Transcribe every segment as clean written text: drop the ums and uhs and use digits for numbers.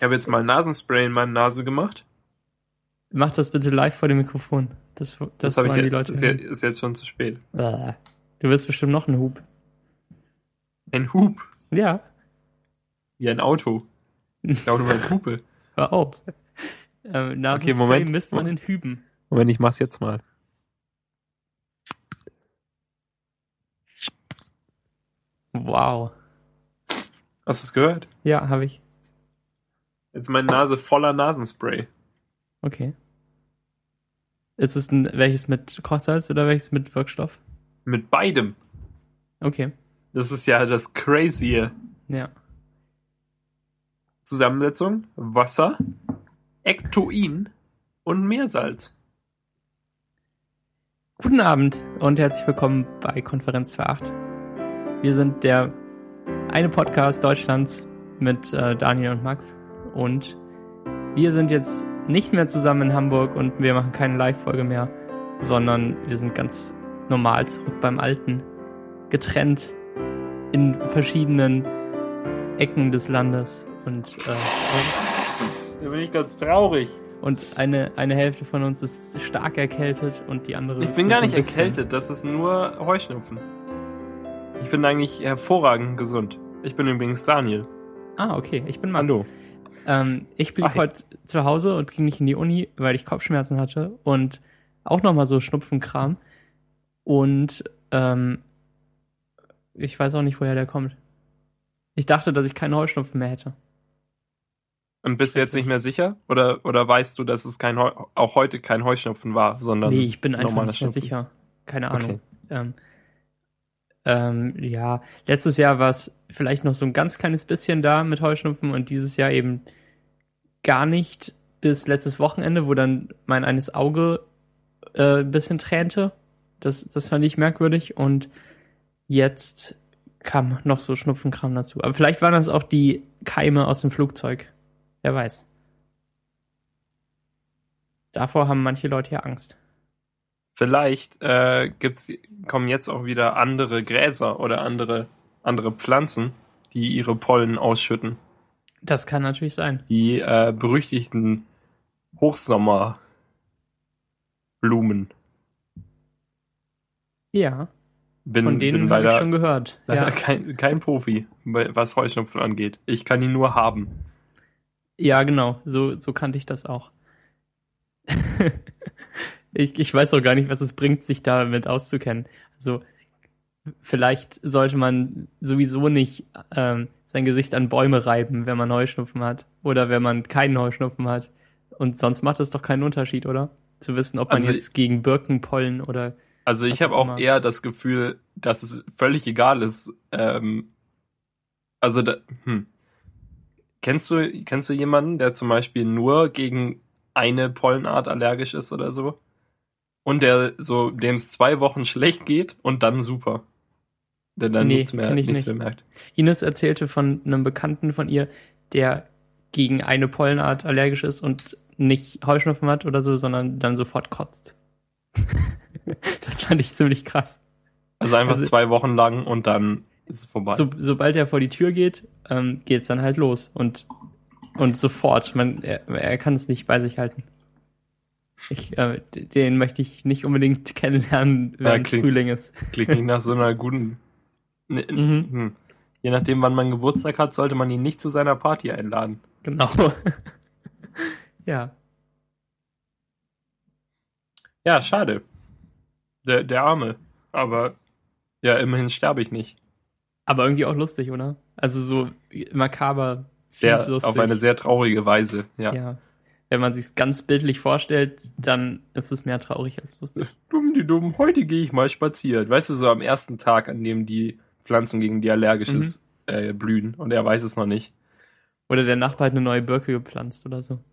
habe jetzt mal Nasenspray in meine Nase gemacht. Mach das bitte live vor dem Mikrofon. Das habe wollen ich die Leute ist jetzt schon zu spät. Du willst bestimmt noch einen Hub. Ein Hub? Ja. Wie ein Auto. Ich glaube, du meinst Hupe. Hör auf. Nasenspray Moment. misst man in Hüben. Moment, ich mach's jetzt mal. Wow. Hast du es gehört? Ja, habe ich. Jetzt meine Nase voller Nasenspray. Okay. Ist es welches mit Kochsalz oder welches mit Wirkstoff? Mit beidem. Okay. Das ist ja das Crazy. Ja. Zusammensetzung: Wasser, Ektoin und Meersalz. Guten Abend und herzlich willkommen bei Konferenz für 8. Wir sind der eine Podcast Deutschlands mit Daniel und Max und wir sind jetzt nicht mehr zusammen in Hamburg und wir machen keine Live-Folge mehr, sondern wir sind ganz normal zurück beim Alten, getrennt in verschiedenen Ecken des Landes und Da bin ich ganz traurig. und eine Hälfte von uns ist stark erkältet und die andere... Ich bin gar so ein nicht bisschen- erkältet, das ist nur Heuschnupfen. Ich bin eigentlich hervorragend gesund. Ich bin übrigens Daniel. Ah, okay, ich bin Max. Hallo. Ich blieb heute zu Hause und ging nicht in die Uni, weil ich Kopfschmerzen hatte und auch nochmal so Schnupfenkram. Und ich weiß auch nicht, woher der kommt. Ich dachte, dass ich keinen Heuschnupfen mehr hätte. Und bist du jetzt nicht mehr sicher? Oder weißt du, dass es auch heute kein Heuschnupfen war, sondern Nee, ich bin einfach normaler nicht mehr Schnupfen? sicher. Keine Ahnung. Ja, letztes Jahr war es vielleicht noch so ein ganz kleines bisschen da mit Heuschnupfen und dieses Jahr eben gar nicht bis letztes Wochenende, wo dann mein eines Auge ein bisschen tränte. Das fand ich merkwürdig und jetzt kam noch so Schnupfenkram dazu. Aber vielleicht waren das auch die Keime aus dem Flugzeug. Wer weiß. Davor haben manche Leute ja Angst. Vielleicht kommen jetzt auch wieder andere Gräser oder andere Pflanzen, die ihre Pollen ausschütten. Das kann natürlich sein. Die berüchtigten Hochsommerblumen. Ja, von denen bin habe ich leider, schon gehört. leider Ja. kein Profi, was Heuschnupfen angeht. Ich kann ihn nur haben. Ja, genau. So kannte ich das auch. Ich weiß auch gar nicht, was es bringt, sich damit auszukennen. Also vielleicht sollte man sowieso nicht sein Gesicht an Bäume reiben, wenn man Heuschnupfen hat. Oder wenn man keinen Heuschnupfen hat. Und sonst macht es doch keinen Unterschied, oder? Zu wissen, ob man Also jetzt gegen Birkenpollen oder... Also ich was habe auch auch immer. eher das Gefühl, dass es völlig egal ist. Kennst du jemanden, der zum Beispiel nur gegen eine Pollenart allergisch ist oder so? Und dem es 2 Wochen schlecht geht und dann super. Der dann Nee, nichts mehr kenn ich nicht. merkt. Ines erzählte von einem Bekannten von ihr, der gegen eine Pollenart allergisch ist und nicht Heuschnupfen hat oder so, sondern dann sofort kotzt. Das fand ich ziemlich krass. Also einfach Also- 2 Wochen lang und dann ist es vorbei. Sobald er vor die Tür geht, geht's dann halt los und sofort. Er kann es nicht bei sich halten. Den möchte ich nicht unbedingt kennenlernen, während Frühling ist. Klingt nicht nach so einer guten... Mhm. Je nachdem, wann man Geburtstag hat, sollte man ihn nicht zu seiner Party einladen. Genau. Ja. Ja, schade. Der Arme. Aber ja, immerhin sterbe ich nicht. Aber irgendwie auch lustig, oder? Also so makaber, Sehr, fies lustig. auf eine sehr traurige Weise, ja. Ja. Wenn man sich ganz bildlich vorstellt, dann ist es mehr traurig als lustig. Dumm, heute gehe ich mal spazieren. Weißt du, so am ersten Tag, an dem die Pflanzen, gegen die allergisch ist, blühen. Und er weiß es noch nicht. Oder der Nachbar hat eine neue Birke gepflanzt oder so.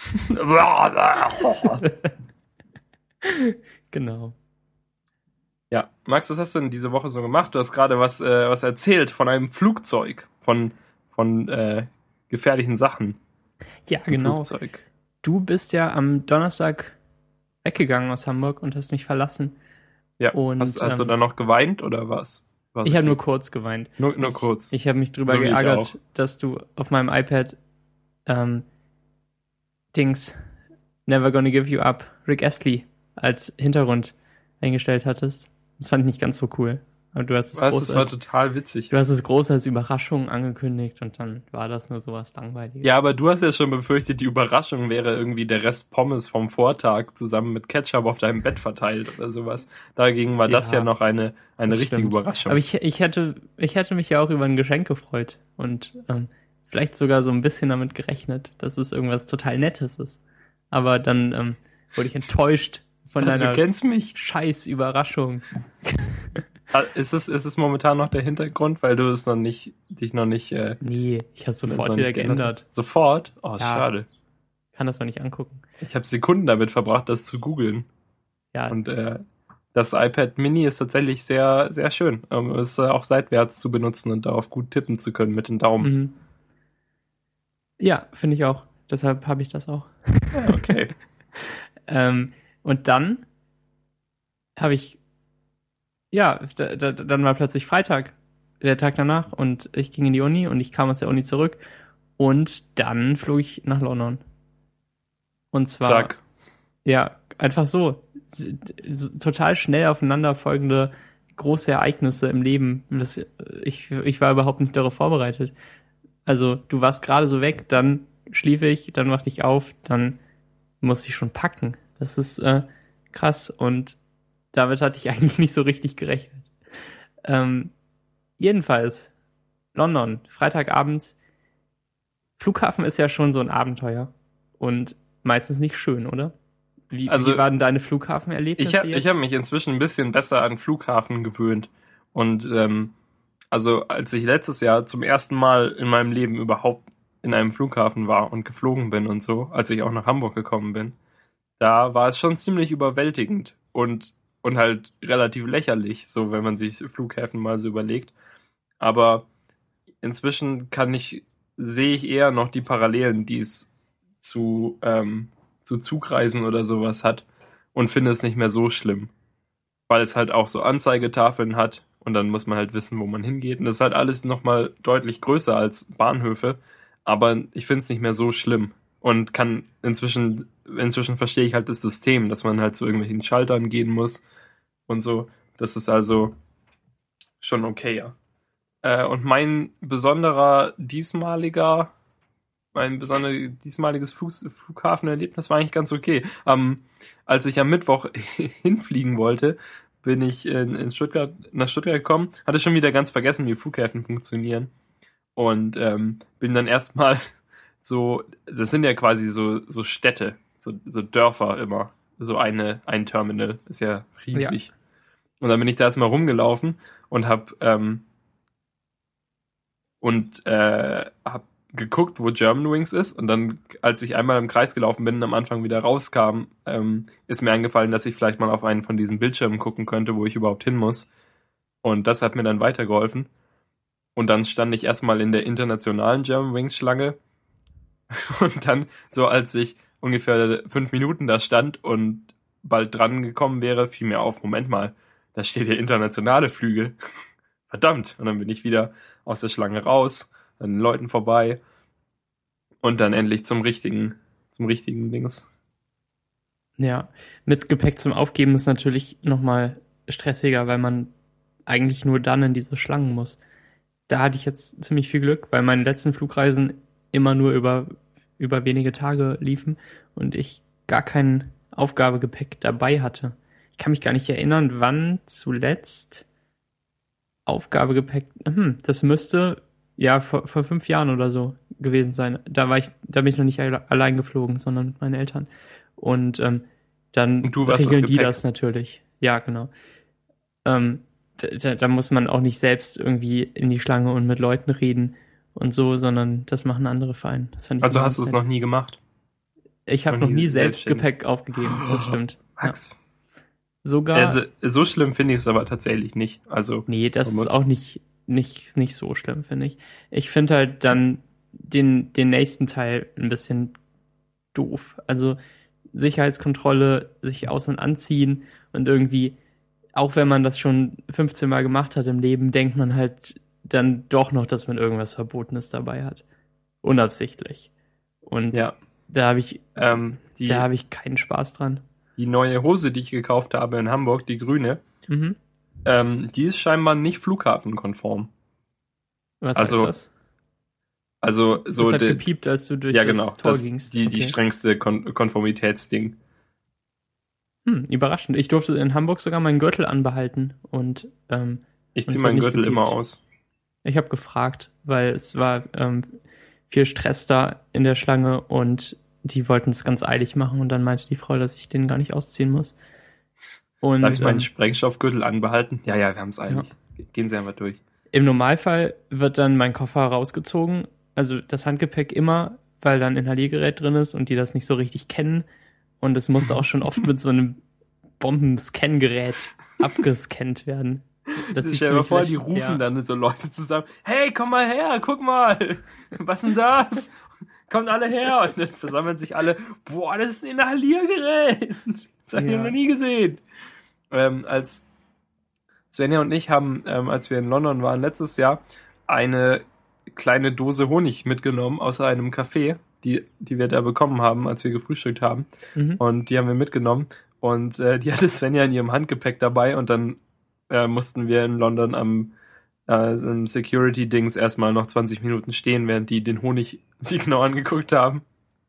Genau. Ja, Max, was hast du denn diese Woche so gemacht? Du hast gerade was erzählt von einem Flugzeug, von gefährlichen Sachen. Ja, im genau. Flugzeug. Du bist ja am Donnerstag weggegangen aus Hamburg und hast mich verlassen. Ja, Und, hast du dann noch geweint oder was? Ich habe nur kurz geweint. Nur kurz. Ich habe mich drüber So wie ich geärgert, auch. dass du auf meinem iPad Dings Never Gonna Give You Up, Rick Astley als Hintergrund eingestellt hattest. Das fand ich nicht ganz so cool. Aber du hast es das war total witzig. Du hast es groß als Überraschung angekündigt und dann war das nur sowas Langweiliges. Ja, aber du hast ja schon befürchtet, die Überraschung wäre irgendwie der Rest Pommes vom Vortag zusammen mit Ketchup auf deinem Bett verteilt oder sowas. Dagegen war das ja noch eine richtige stimmt. Überraschung. Aber ich hätte mich ja auch über ein Geschenk gefreut und vielleicht sogar so ein bisschen damit gerechnet, dass es irgendwas total Nettes ist. Aber dann wurde ich enttäuscht von deiner du kennst mich. Scheiß Überraschung. Ist es momentan noch der Hintergrund, weil du es dich noch nicht nee, ich habe sofort wieder geändert. Sofort? Oh, ja, schade. Kann das noch nicht angucken. Ich habe Sekunden damit verbracht, das zu googeln. Ja. Und das iPad Mini ist tatsächlich sehr, sehr schön. Es ist auch seitwärts zu benutzen und darauf gut tippen zu können mit den Daumen. Mhm. Ja, finde ich auch. Deshalb habe ich das auch. Okay. Und dann habe ich dann war plötzlich Freitag, der Tag danach, und ich ging in die Uni und ich kam aus der Uni zurück und dann flog ich nach London. Und zwar, Zack. Ja, einfach so. Total schnell aufeinanderfolgende große Ereignisse im Leben. Ich war überhaupt nicht darauf vorbereitet. Also, du warst gerade so weg, dann schlief ich, dann wachte ich auf, dann musste ich schon packen. Das ist krass und damit hatte ich eigentlich nicht so richtig gerechnet. Jedenfalls, London, Freitagabends. Flughafen ist ja schon so ein Abenteuer und meistens nicht schön, oder? Wie war denn deine Flughafenerlebnisse jetzt? Ich habe mich inzwischen ein bisschen besser an Flughafen gewöhnt. Und also als ich letztes Jahr zum ersten Mal in meinem Leben überhaupt in einem Flughafen war und geflogen bin und so, als ich auch nach Hamburg gekommen bin, da war es schon ziemlich überwältigend und halt relativ lächerlich, so wenn man sich Flughäfen mal so überlegt. Aber inzwischen sehe ich eher noch die Parallelen, die es zu Zugreisen oder sowas hat und finde es nicht mehr so schlimm. Weil es halt auch so Anzeigetafeln hat und dann muss man halt wissen, wo man hingeht. Und das ist halt alles nochmal deutlich größer als Bahnhöfe, aber ich finde es nicht mehr so schlimm und kann inzwischen verstehe ich halt das System, dass man halt zu irgendwelchen Schaltern gehen muss und so. Das ist also schon okay, ja. Und mein diesmaliges Flughafenerlebnis war eigentlich ganz okay. Als ich am Mittwoch hinfliegen wollte, bin ich nach Stuttgart gekommen, hatte schon wieder ganz vergessen, wie Flughäfen funktionieren. Und bin dann erstmal so, das sind ja quasi so Städte, so Dörfer immer. So ein Terminal, ist ja riesig. Ja. Und dann bin ich da erstmal rumgelaufen und hab geguckt, wo Germanwings ist, und dann, als ich einmal im Kreis gelaufen bin und am Anfang wieder rauskam, ist mir eingefallen, dass ich vielleicht mal auf einen von diesen Bildschirmen gucken könnte, wo ich überhaupt hin muss. Und das hat mir dann weitergeholfen. Und dann stand ich erstmal in der internationalen Germanwings-Schlange. Und dann, so als ich ungefähr 5 Minuten da stand und bald dran gekommen wäre, fiel mir auf, Moment mal, da steht ja internationale Flüge. Verdammt. Und dann bin ich wieder aus der Schlange raus, an den Leuten vorbei und dann endlich zum richtigen Dings. Ja, mit Gepäck zum Aufgeben ist natürlich nochmal stressiger, weil man eigentlich nur dann in diese Schlangen muss. Da hatte ich jetzt ziemlich viel Glück, weil meine letzten Flugreisen immer nur über wenige Tage liefen und ich gar kein Aufgabegepäck dabei hatte. Ich kann mich gar nicht erinnern, wann zuletzt Aufgabegepäck, das müsste ja vor 5 Jahren oder so gewesen sein. Da bin ich noch nicht allein geflogen, sondern mit meinen Eltern. Und dann regeln die das natürlich. Ja, genau. Da muss man auch nicht selbst irgendwie in die Schlange und mit Leuten reden und so, sondern das machen andere Vereine. Also hast du es noch nie gemacht? Ich habe noch nie selbst Gepäck aufgegeben, das stimmt. Max. Ja. Sogar. Also, so schlimm finde ich es aber tatsächlich nicht. Also, nee, das ist auch nicht so schlimm, finde ich. Ich finde halt dann den nächsten Teil ein bisschen doof. Also Sicherheitskontrolle, sich aus- und anziehen und irgendwie, auch wenn man das schon 15 Mal gemacht hat im Leben, denkt man halt dann doch noch, dass man irgendwas Verbotenes dabei hat. Unabsichtlich. Und Ja. da habe ich, Die, da habe ich keinen Spaß dran. die neue Hose, die ich gekauft habe in Hamburg, die grüne, Mhm. die ist scheinbar nicht flughafenkonform. Was Also, heißt das? Also Das so hat gepiept, als du durch ja, das genau, Tor das gingst. die Okay. strengste Konformitätsding. Überraschend. Ich durfte in Hamburg sogar meinen Gürtel anbehalten und Ich Und ziehe es hat meinen nicht Gürtel gepiept. immer aus. ich habe gefragt, weil es war viel Stress da in der Schlange und die wollten es ganz eilig machen und dann meinte die Frau, dass ich den gar nicht ausziehen muss. Und Darf ich meinen Sprengstoffgürtel anbehalten? Ja, wir haben es eilig. Gehen Sie einfach durch. im Normalfall wird dann mein Koffer rausgezogen, also das Handgepäck immer, weil dann Inhaliergerät drin ist und die das nicht so richtig kennen. Und es musste auch schon oft mit so einem Bombenscan-Gerät abgescannt werden. Das Stell dir mal vor, die ziemlich- rufen dann so Leute zusammen. Hey, komm mal her, guck mal. Was denn das? Kommt alle her. Und dann versammeln sich alle. Boah, das ist ein Inhaliergerät. Das habe ich Ja. noch nie gesehen. Als Svenja und ich haben, als wir in London waren letztes Jahr, eine kleine Dose Honig mitgenommen aus einem Café, die wir da bekommen haben, als wir gefrühstückt haben. Mhm. Und die haben wir mitgenommen. Und die hatte Svenja in ihrem Handgepäck dabei. Und dann mussten wir in London am Security-Dings erstmal noch 20 Minuten stehen, während die den Honig sich genau angeguckt haben.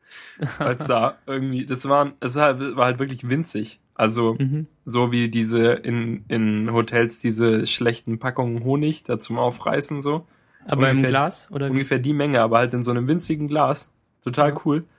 Als da irgendwie, es war halt wirklich winzig. Also Mhm. so wie diese in Hotels diese schlechten Packungen Honig da zum Aufreißen so. Aber im Ungefähr- Glas? Oder wie? Ungefähr die Menge, aber halt in so einem winzigen Glas. Total Ja. cool.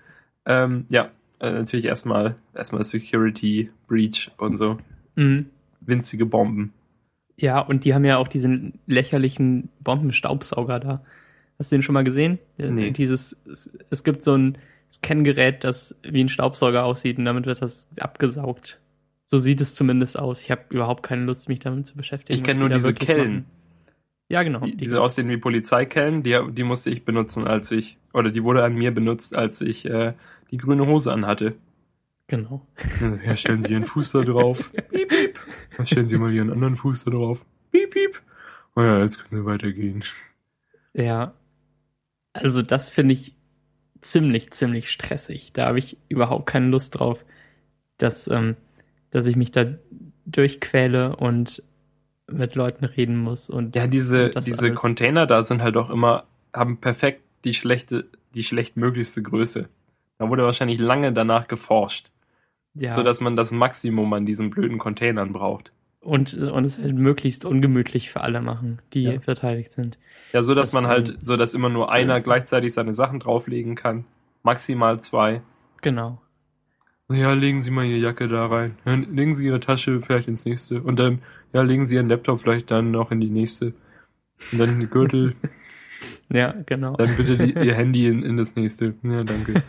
Natürlich erstmal Security Breach und so. Mhm. Winzige Bomben. Ja, und die haben ja auch diesen lächerlichen Bombenstaubsauger da. Hast du den schon mal gesehen? Nee. Es gibt so ein Scangerät, das wie ein Staubsauger aussieht und damit wird das abgesaugt. So sieht es zumindest aus. Ich habe überhaupt keine Lust, mich damit zu beschäftigen. Ich kenn was nur die da diese wirklich Kellen. machen. Ja, genau. Diese aussehen wie Polizeikellen, die musste ich benutzen, die wurde an mir benutzt, als ich die grüne Hose anhatte. Genau. Ja, stellen Sie Ihren Fuß da drauf. Piep, piep. Dann stellen Sie mal Ihren anderen Fuß da drauf. Piep, piep. Oh ja, jetzt können Sie weitergehen. Ja. Also das finde ich ziemlich stressig. Da habe ich überhaupt keine Lust drauf, dass ich mich da durchquäle und mit Leuten reden muss. Und Ja, diese das alles. Container da sind halt auch immer, haben perfekt die schlechtmöglichste Größe. Da wurde wahrscheinlich lange danach geforscht, ja. so dass man das Maximum an diesen blöden Containern braucht. Und es halt möglichst ungemütlich für alle machen, die beteiligt sind. Ja, so dass Das, man halt, so dass immer nur einer gleichzeitig seine Sachen drauflegen kann. Maximal 2. Genau. Ja, legen Sie mal Ihre Jacke da rein. Ja, legen Sie Ihre Tasche vielleicht ins nächste. Und dann, ja, legen Sie Ihren Laptop vielleicht dann noch in die nächste. Und dann den Gürtel. Ja, genau. Dann bitte Ihr Handy in das nächste. Ja, danke.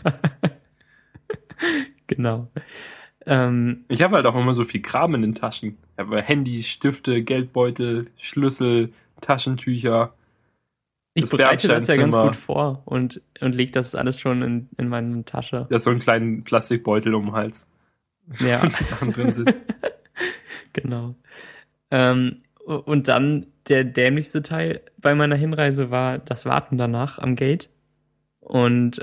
Genau. Ich habe halt auch immer so viel Kram in den Taschen. Ich habe Handy, Stifte, Geldbeutel, Schlüssel, Taschentücher. Ich das bereite das ja ganz Bernsteinzimmer. gut vor und lege das alles schon in meine Tasche. Da ist so einen kleinen Plastikbeutel um den Hals, Ja, wo die Sachen drin sind. genau. Und dann der dämlichste Teil bei meiner Hinreise war das Warten danach am Gate. Und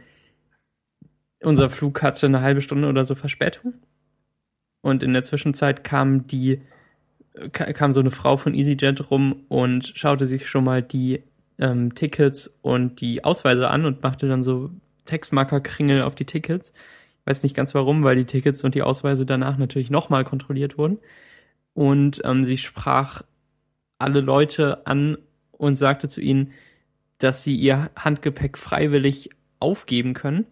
unser Flug hatte eine halbe Stunde oder so Verspätung. Und in der Zwischenzeit kam so eine Frau von EasyJet rum und schaute sich schon mal die Tickets und die Ausweise an und machte dann so Textmarker-Kringel auf die Tickets. Ich weiß nicht ganz warum, weil die Tickets und die Ausweise danach natürlich nochmal kontrolliert wurden. Und sie sprach alle Leute an und sagte zu ihnen, dass sie ihr Handgepäck freiwillig aufgeben können.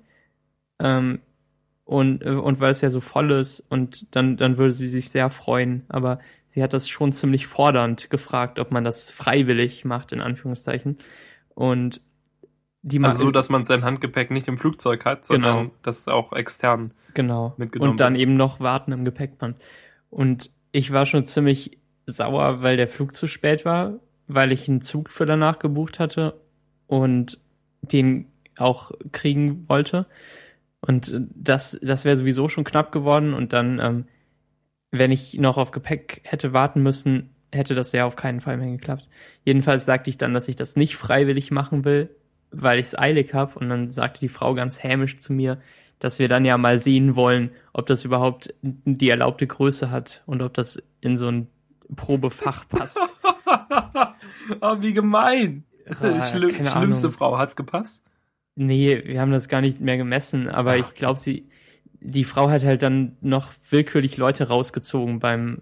Und weil es ja so voll ist und dann würde sie sich sehr freuen. Aber sie hat das schon ziemlich fordernd gefragt, ob man das freiwillig macht, in Anführungszeichen. Und Also so, dass man sein Handgepäck nicht im Flugzeug hat, sondern Genau. das auch extern Genau. mitgenommen Und dann wird. eben noch warten im Gepäckband. Und ich war schon ziemlich sauer, weil der Flug zu spät war, weil ich einen Zug für danach gebucht hatte und den auch kriegen wollte. Und das wäre sowieso schon knapp geworden. Und dann, wenn ich noch auf Gepäck hätte warten müssen, hätte das ja auf keinen Fall mehr geklappt. Jedenfalls sagte ich dann, dass ich das nicht freiwillig machen will, weil ich es eilig habe. Und dann sagte die Frau ganz hämisch zu mir, dass wir dann ja mal sehen wollen, ob das überhaupt die erlaubte Größe hat und ob das in so ein Probefach passt. Oh, wie gemein. Schlimmste Ahnung. Frau. Hat's gepasst? Nee, wir haben das gar nicht mehr gemessen, aber ich glaube, die Frau hat halt dann noch willkürlich Leute rausgezogen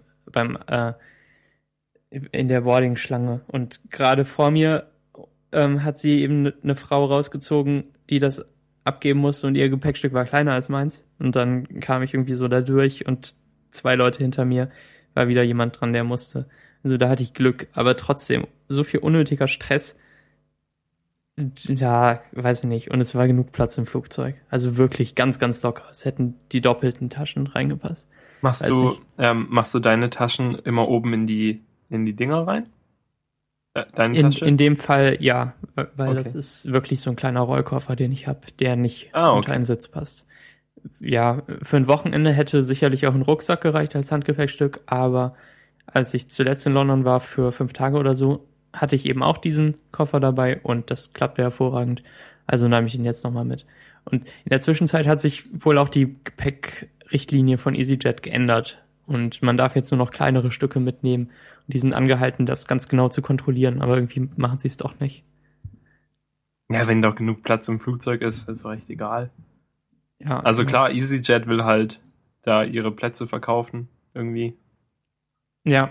in der Boarding-Schlange. Und gerade vor mir hat sie eben eine Frau rausgezogen, die das abgeben musste und ihr Gepäckstück war kleiner als meins. Und dann kam ich irgendwie so da durch und 2 Leute hinter mir war wieder jemand dran, der musste. Also da hatte ich Glück, aber trotzdem so viel unnötiger Stress. Ja, weiß ich nicht. Und es war genug Platz im Flugzeug. Also wirklich ganz, ganz locker. Es hätten die doppelten Taschen reingepasst. Machst du deine Taschen immer oben in die Dinger rein? Deine Tasche? In dem Fall ja, weil Okay. das ist wirklich so ein kleiner Rollkoffer, den ich habe, der nicht unter einen Sitz passt. Ja, für ein Wochenende hätte sicherlich auch ein Rucksack gereicht als Handgepäckstück, aber als ich zuletzt in London war für 5 Tage oder so, hatte ich eben auch diesen Koffer dabei und das klappte hervorragend. Also nahm ich ihn jetzt nochmal mit. Und in der Zwischenzeit hat sich wohl auch die Gepäckrichtlinie von EasyJet geändert und man darf jetzt nur noch kleinere Stücke mitnehmen. Und die sind angehalten, das ganz genau zu kontrollieren, aber irgendwie machen sie es doch nicht. Ja, wenn doch genug Platz im Flugzeug ist doch echt egal. Ja, Also klar, EasyJet will halt da ihre Plätze verkaufen, irgendwie. Ja.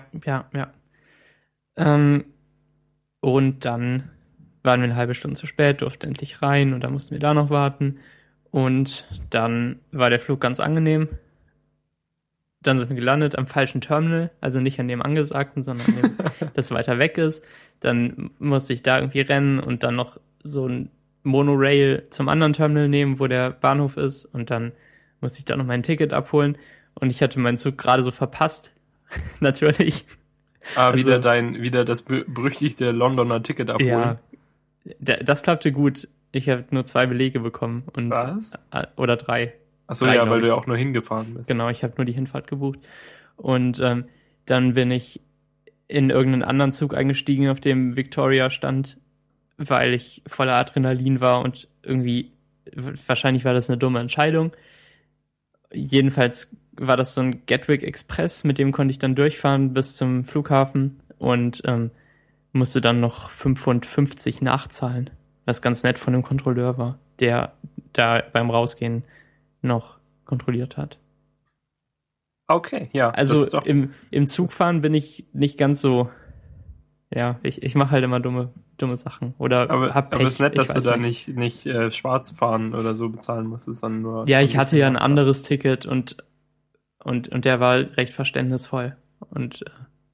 Und dann waren wir eine halbe Stunde zu spät, durften endlich rein und dann mussten wir da noch warten. Und dann war der Flug ganz angenehm. Dann sind wir gelandet am falschen Terminal, also nicht an dem angesagten, sondern an dem, das weiter weg ist. Dann musste ich da irgendwie rennen und dann noch so ein Monorail zum anderen Terminal nehmen, wo der Bahnhof ist. Und dann musste ich da noch mein Ticket abholen. Und ich hatte meinen Zug gerade so verpasst. Natürlich. Also, wieder das berüchtigte Londoner Ticket abholen. Ja, das klappte gut. Ich habe nur 2 Belege bekommen. Und, Was? Oder 3. Achso, 3, ja, weil ich. du ja auch nur hingefahren bist. Genau, ich habe nur die Hinfahrt gebucht. Und dann bin ich in irgendeinen anderen Zug eingestiegen, auf dem Victoria stand, weil ich voller Adrenalin war und irgendwie, wahrscheinlich war das eine dumme Entscheidung. Jedenfalls war das so ein Gatwick Express, mit dem konnte ich dann durchfahren bis zum Flughafen und musste dann noch 5,50 € nachzahlen, was ganz nett von dem Kontrolleur war, der da beim Rausgehen noch kontrolliert hat. Okay, ja. Also im Zugfahren bin ich nicht ganz so, ja, ich mache halt immer dumme Sachen. Oder hab Pech, aber es ist nett, dass du da nicht nicht schwarz fahren oder so bezahlen musstest, sondern nur... Ja, ich hatte ja ein anderes Ticket und der war recht verständnisvoll. Und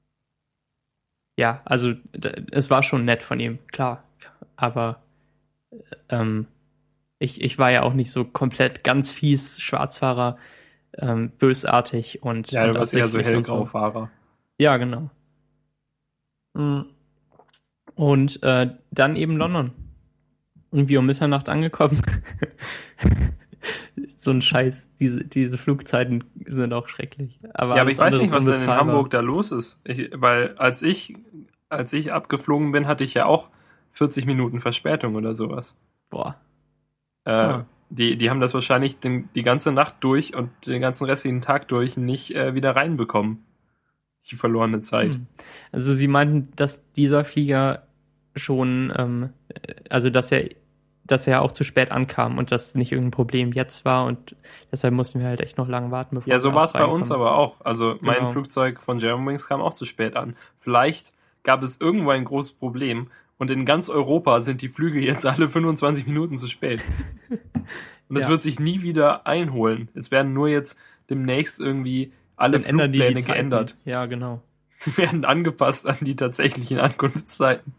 ja, also es war schon nett von ihm, klar. Aber ich war ja auch nicht so komplett ganz fies Schwarzfahrer, bösartig und... Ja, und du warst eher so absichtlich und Hellgraufahrer. Ja, genau. Und dann eben London. Irgendwie um Mitternacht angekommen. So ein Scheiß, diese Flugzeiten sind auch schrecklich. Aber ich weiß nicht, was denn in Hamburg da los ist. Weil als ich abgeflogen bin, hatte ich ja auch 40 Minuten Verspätung oder sowas. Boah. Die haben das wahrscheinlich die ganze Nacht durch und den ganzen restlichen Tag durch nicht wieder reinbekommen. Die verlorene Zeit. Also sie meinten, dass dieser Flieger schon, also dass er auch zu spät ankam und das nicht irgendein Problem jetzt war und deshalb mussten wir halt echt noch lange warten, bevor Ja, so war es bei uns aber auch. Also mein Genau. Flugzeug von Germanwings kam auch zu spät an. Vielleicht gab es irgendwo ein großes Problem und in ganz Europa sind die Flüge jetzt alle 25 Minuten zu spät. Und das wird sich nie wieder einholen. Es werden nur jetzt demnächst irgendwie alle Dann ändern die Flugpläne Zeiten. geändert. Ja, genau. Sie werden angepasst an die tatsächlichen Ankunftszeiten.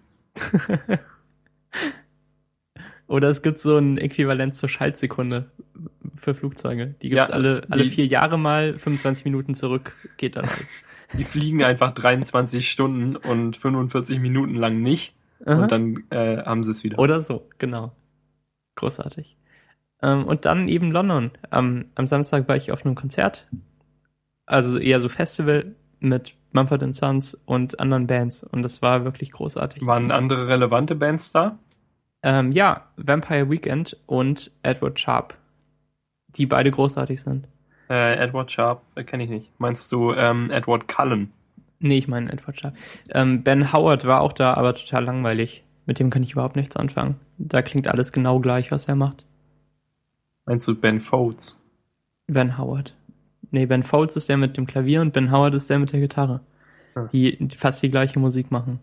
Oder es gibt so ein Äquivalent zur Schaltsekunde für Flugzeuge. Die gibt's alle 4 Jahre mal, 25 Minuten zurück geht dann alles. Die fliegen einfach 23 Stunden und 45 Minuten lang nicht. Und dann haben sie es wieder. Oder so, genau. Großartig. Und dann eben London. Am Samstag war ich auf einem Konzert. Also eher so Festival mit Mumford & Sons und anderen Bands. Und das war wirklich großartig. Waren andere relevante Bands da? Ja, Vampire Weekend und Edward Sharpe, die beide großartig sind. Edward Sharpe, kenne ich nicht. Meinst du Edward Cullen? Nee, ich meine Edward Sharpe. Ben Howard war auch da, aber total langweilig. Mit dem kann ich überhaupt nichts anfangen. Da klingt alles genau gleich, was er macht. Meinst du Ben Folds? Ben Howard. Nee, Ben Folds ist der mit dem Klavier und Ben Howard ist der mit der Gitarre. Die fast die gleiche Musik machen.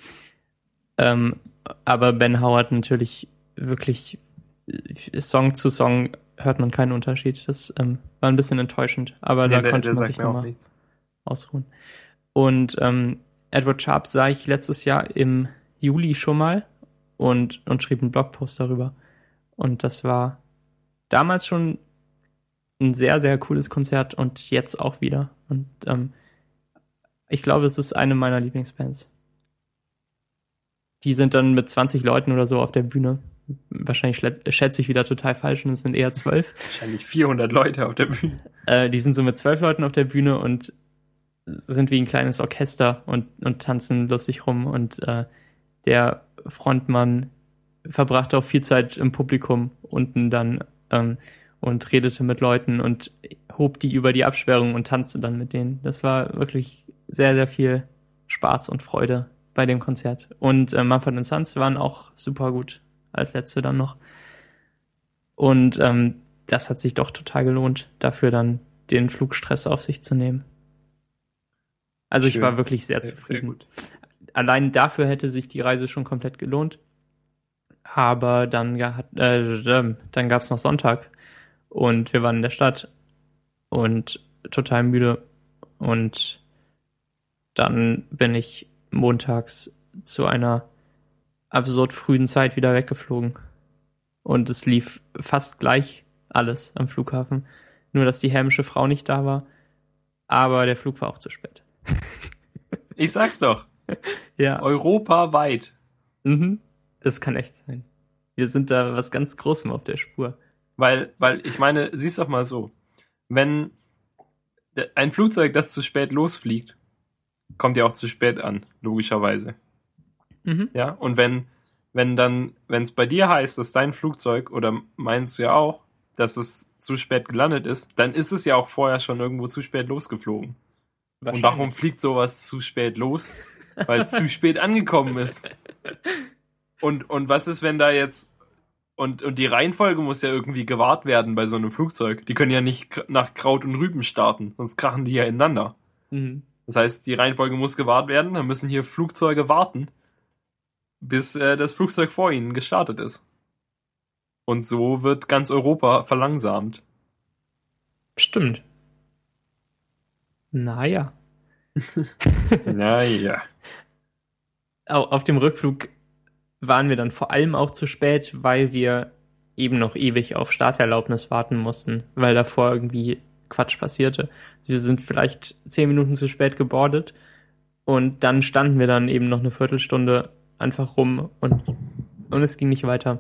Aber Ben Howard natürlich wirklich Song zu Song hört man keinen Unterschied. Das war ein bisschen enttäuschend, aber da konnte man sich nochmal ausruhen. Und Edward Sharpe sah ich letztes Jahr im Juli schon mal und schrieb einen Blogpost darüber. Und das war damals schon ein sehr, sehr cooles Konzert und jetzt auch wieder. Und ich glaube, es ist eine meiner Lieblingsbands. Die sind dann mit 20 Leuten oder so auf der Bühne. Wahrscheinlich schätze ich wieder total falsch und es sind eher 12. Wahrscheinlich 400 Leute auf der Bühne. Die sind so mit 12 Leuten auf der Bühne und sind wie ein kleines Orchester und tanzen lustig rum. Und der Frontmann verbrachte auch viel Zeit im Publikum unten dann und redete mit Leuten und hob die über die Absperrung und tanzte dann mit denen. Das war wirklich sehr, sehr viel Spaß und Freude bei dem Konzert. Und Mumford & Sons waren auch super gut als letzte dann noch. Und das hat sich doch total gelohnt, dafür dann den Flugstress auf sich zu nehmen. Also schön. Ich war wirklich sehr zufrieden. Allein dafür hätte sich die Reise schon komplett gelohnt. Aber dann gab es noch Sonntag und wir waren in der Stadt und total müde. Und dann bin ich montags zu einer absurd frühen Zeit wieder weggeflogen. Und es lief fast gleich alles am Flughafen. Nur, dass die hämische Frau nicht da war. Aber der Flug war auch zu spät. Ich sag's doch. Ja. Europaweit. Mhm. Das kann echt sein. Wir sind da was ganz Großem auf der Spur. Weil ich meine, sieh's doch mal so. Wenn ein Flugzeug, das zu spät losfliegt, kommt ja auch zu spät an, logischerweise. Mhm. Ja, und wenn es bei dir heißt, dass dein Flugzeug, oder meinst du ja auch, dass es zu spät gelandet ist, dann ist es ja auch vorher schon irgendwo zu spät losgeflogen. Und warum fliegt sowas zu spät los? Weil es zu spät angekommen ist. Und was ist, wenn da jetzt und die Reihenfolge muss ja irgendwie gewahrt werden bei so einem Flugzeug. Die können ja nicht nach Kraut und Rüben starten, sonst krachen die ja ineinander. Mhm. Das heißt, die Reihenfolge muss gewahrt werden, dann müssen hier Flugzeuge warten, bis das Flugzeug vor ihnen gestartet ist. Und so wird ganz Europa verlangsamt. Stimmt. Naja. Naja. Auf dem Rückflug waren wir dann vor allem auch zu spät, weil wir eben noch ewig auf Starterlaubnis warten mussten, weil davor irgendwie Quatsch passierte. Wir sind vielleicht 10 Minuten zu spät gebordet und dann standen wir dann eben noch eine Viertelstunde einfach rum und es ging nicht weiter.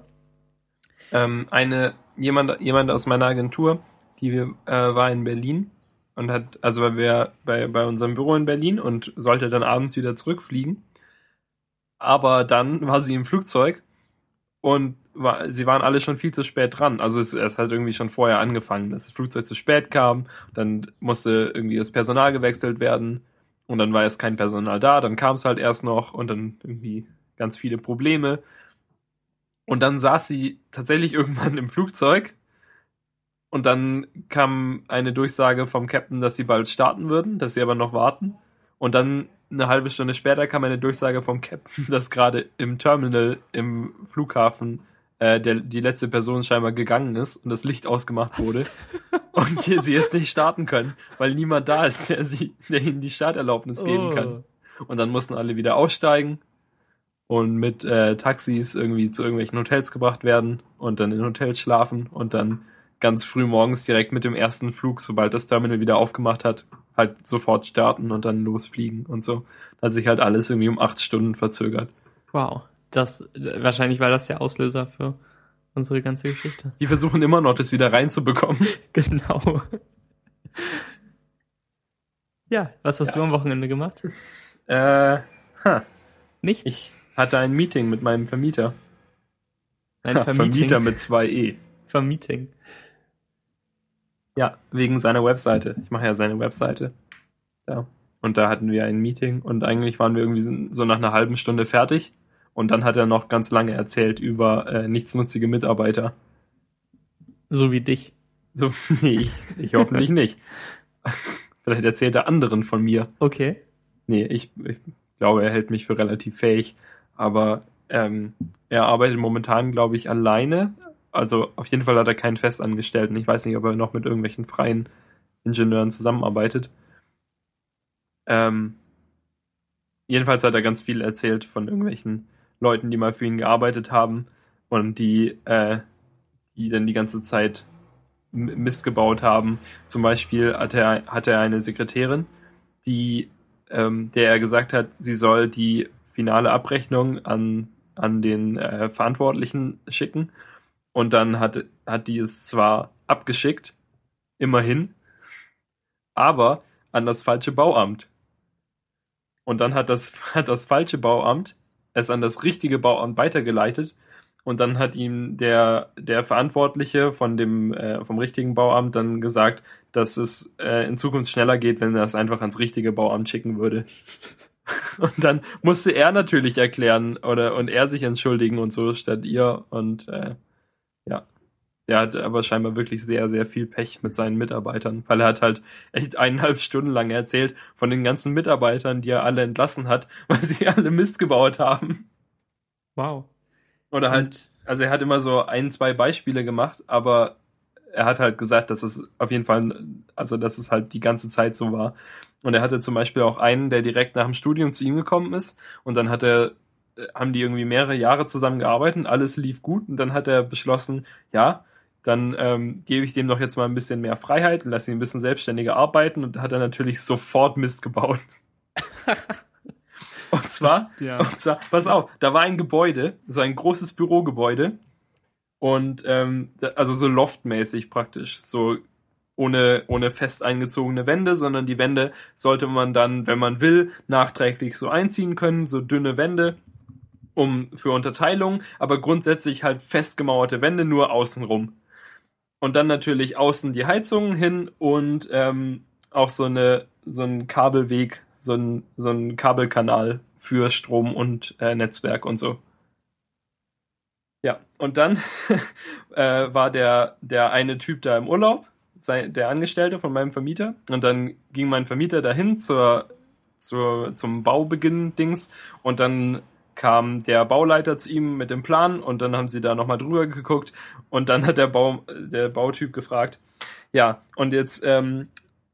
Jemand aus meiner Agentur, war in Berlin und weil wir bei unserem Büro in Berlin und sollte dann abends wieder zurückfliegen. Aber dann war sie im Flugzeug und sie waren alle schon viel zu spät dran. Also es hat irgendwie schon vorher angefangen, dass das Flugzeug zu spät kam. Dann musste irgendwie das Personal gewechselt werden und dann war erst kein Personal da. Dann kam es halt erst noch und dann irgendwie ganz viele Probleme. Und dann saß sie tatsächlich irgendwann im Flugzeug und dann kam eine Durchsage vom Captain, dass sie bald starten würden, dass sie aber noch warten. Und dann eine halbe Stunde später kam eine Durchsage vom Captain, dass gerade im Terminal im Flughafen die letzte Person scheinbar gegangen ist und das Licht ausgemacht wurde. Und sie jetzt nicht starten können, weil niemand da ist, der ihnen die Starterlaubnis geben kann. Und dann mussten alle wieder aussteigen und mit Taxis irgendwie zu irgendwelchen Hotels gebracht werden und dann in Hotels schlafen und dann ganz früh morgens direkt mit dem ersten Flug, sobald das Terminal wieder aufgemacht hat, halt sofort starten und dann losfliegen und so. Da hat sich halt alles irgendwie um 8 Stunden verzögert. Wow. Wahrscheinlich war das der Auslöser für unsere ganze Geschichte. Die versuchen immer noch, das wieder reinzubekommen. Genau. Ja, was hast du am Wochenende gemacht? Nichts? Ich hatte ein Meeting mit meinem Vermieter. Nein, Ja, Vermieter mit 2 E. Vermieting. Ja, wegen seiner Webseite. Ich mache ja seine Webseite. Ja. Und da hatten wir ein Meeting und eigentlich waren wir irgendwie so nach einer halben Stunde fertig. Und dann hat er noch ganz lange erzählt über nichtsnutzige Mitarbeiter. So wie dich. So, nee, ich hoffentlich nicht. Vielleicht erzählt er anderen von mir. Okay. Nee, ich glaube, er hält mich für relativ fähig. Aber er arbeitet momentan, glaube ich, alleine. Also auf jeden Fall hat er keinen Festangestellten. Ich weiß nicht, ob er noch mit irgendwelchen freien Ingenieuren zusammenarbeitet. Jedenfalls hat er ganz viel erzählt von irgendwelchen Leuten, die mal für ihn gearbeitet haben und die dann die ganze Zeit Mist gebaut haben. Zum Beispiel hatte er eine Sekretärin, der er gesagt hat, sie soll die finale Abrechnung an den Verantwortlichen schicken. Und dann hat die es zwar abgeschickt, immerhin, aber an das falsche Bauamt. Und dann hat das falsche Bauamt es an das richtige Bauamt weitergeleitet. Und dann hat ihm der Verantwortliche vom richtigen Bauamt dann gesagt, dass es in Zukunft schneller geht, wenn er das einfach ans richtige Bauamt schicken würde. Und dann musste er natürlich erklären und er sich entschuldigen und so statt ihr. Und ja, der hat aber scheinbar wirklich sehr, sehr viel Pech mit seinen Mitarbeitern, weil er hat halt echt 1,5 Stunden lang erzählt von den ganzen Mitarbeitern, die er alle entlassen hat, weil sie alle Mist gebaut haben. Wow. Oder halt, also er hat immer so 1-2 Beispiele gemacht, aber er hat halt gesagt, dass es auf jeden Fall, also dass es halt die ganze Zeit so war. Und er hatte zum Beispiel auch einen, der direkt nach dem Studium zu ihm gekommen ist und dann haben die irgendwie mehrere Jahre zusammen gearbeitet, alles lief gut und dann hat er beschlossen, ja, dann gebe ich dem doch jetzt mal ein bisschen mehr Freiheit und lasse ihn ein bisschen selbstständiger arbeiten und hat er natürlich sofort Mist gebaut. Und zwar, pass auf, da war ein Gebäude, so ein großes Bürogebäude und also so loftmäßig praktisch, so ohne fest eingezogene Wände, sondern die Wände sollte man dann, wenn man will, nachträglich so einziehen können, so dünne Wände für Unterteilung, aber grundsätzlich halt festgemauerte Wände, nur außenrum. Und dann natürlich außen die Heizungen hin und auch so ein Kabelweg, so ein Kabelkanal für Strom und Netzwerk und so. Ja, und dann war der eine Typ da im Urlaub, der Angestellte von meinem Vermieter. Und dann ging mein Vermieter dahin zum Baubeginn-Dings und dann kam der Bauleiter zu ihm mit dem Plan und dann haben sie da nochmal drüber geguckt und dann hat der Bautyp gefragt, ja, und jetzt an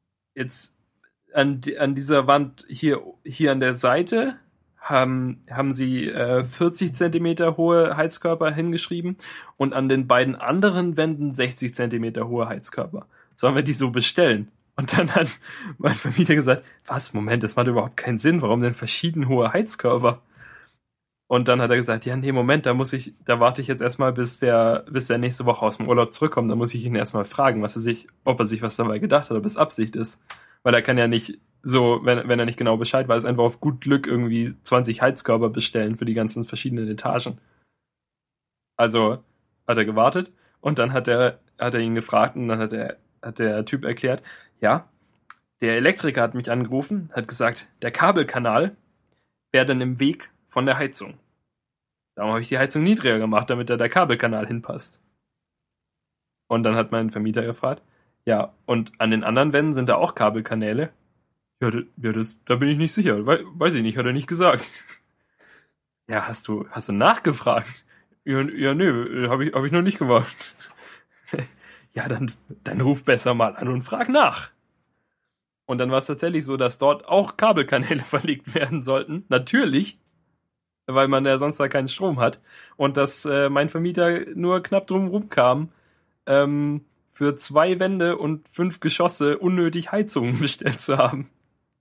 dieser Wand hier an der Seite haben sie 40 Zentimeter hohe Heizkörper hingeschrieben und an den beiden anderen Wänden 60 Zentimeter hohe Heizkörper. Sollen wir die so bestellen? Und dann hat mein Vermieter gesagt, was, Moment, das macht überhaupt keinen Sinn, warum denn verschieden hohe Heizkörper? Und dann hat er gesagt, ja, nee, Moment, da warte ich jetzt erstmal, bis der nächste Woche aus dem Urlaub zurückkommt, da muss ich ihn erstmal fragen, ob er sich was dabei gedacht hat, ob es Absicht ist. Weil er kann ja nicht so, wenn er nicht genau Bescheid weiß, einfach auf gut Glück irgendwie 20 Heizkörper bestellen für die ganzen verschiedenen Etagen. Also hat er gewartet und dann hat er ihn gefragt und dann hat der Typ erklärt, ja, der Elektriker hat mich angerufen, hat gesagt, der Kabelkanal wäre dann im Weg von der Heizung. Darum habe ich die Heizung niedriger gemacht, damit da der Kabelkanal hinpasst. Und dann hat mein Vermieter gefragt, ja, und an den anderen Wänden sind da auch Kabelkanäle? Ja, da bin ich nicht sicher. Weiß ich nicht, hat er nicht gesagt. Ja, hast du nachgefragt? Ja, nö, hab ich noch nicht gemacht. Ja, dann ruf besser mal an und frag nach. Und dann war es tatsächlich so, dass dort auch Kabelkanäle verlegt werden sollten. Natürlich, weil man ja sonst da keinen Strom hat. Und dass mein Vermieter nur knapp drum kam, für 2 Wände und 5 Geschosse unnötig Heizungen bestellt zu haben.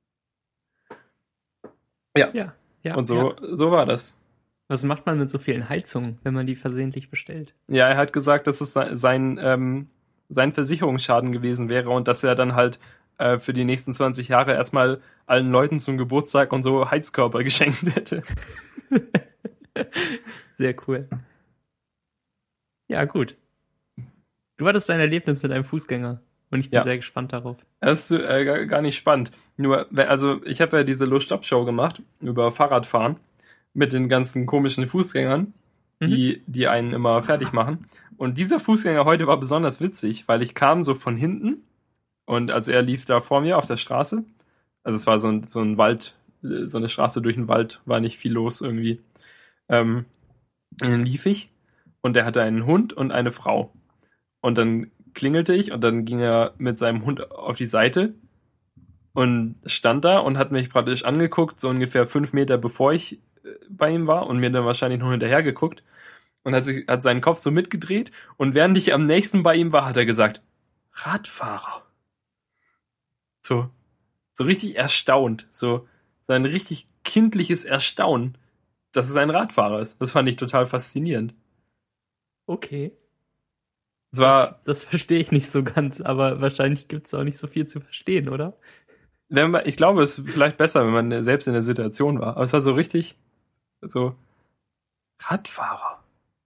Ja. Und so war das. Was macht man mit so vielen Heizungen, wenn man die versehentlich bestellt? Ja, er hat gesagt, dass es sein Versicherungsschaden gewesen wäre und dass er dann halt für die nächsten 20 Jahre erstmal allen Leuten zum Geburtstag und so Heizkörper geschenkt hätte. Sehr cool. Ja, gut. Du hattest ein Erlebnis mit einem Fußgänger und ich bin sehr gespannt darauf. Das ist gar nicht spannend. Nur, also ich habe ja diese Lust-Stop-Show gemacht über Fahrradfahren mit den ganzen komischen Fußgängern, die einen immer fertig machen. Und dieser Fußgänger heute war besonders witzig, weil ich kam so von hinten und also er lief da vor mir auf der Straße. Also es war so ein Wald, so eine Straße durch den Wald, war nicht viel los irgendwie. Und dann lief ich und er hatte einen Hund und eine Frau. Und dann klingelte ich und dann ging er mit seinem Hund auf die Seite und stand da und hat mich praktisch angeguckt, so ungefähr 5 Meter bevor ich bei ihm war und mir dann wahrscheinlich noch hinterher geguckt und hat seinen Kopf so mitgedreht und während ich am nächsten bei ihm war, hat er gesagt, Radfahrer. So richtig erstaunt, so ein richtig kindliches Erstaunen, dass es ein Radfahrer ist. Das fand ich total faszinierend. Okay. Das verstehe ich nicht so ganz, aber wahrscheinlich gibt es auch nicht so viel zu verstehen, oder? Ich glaube, es ist vielleicht besser, wenn man selbst in der Situation war. Aber es war so richtig, so Radfahrer.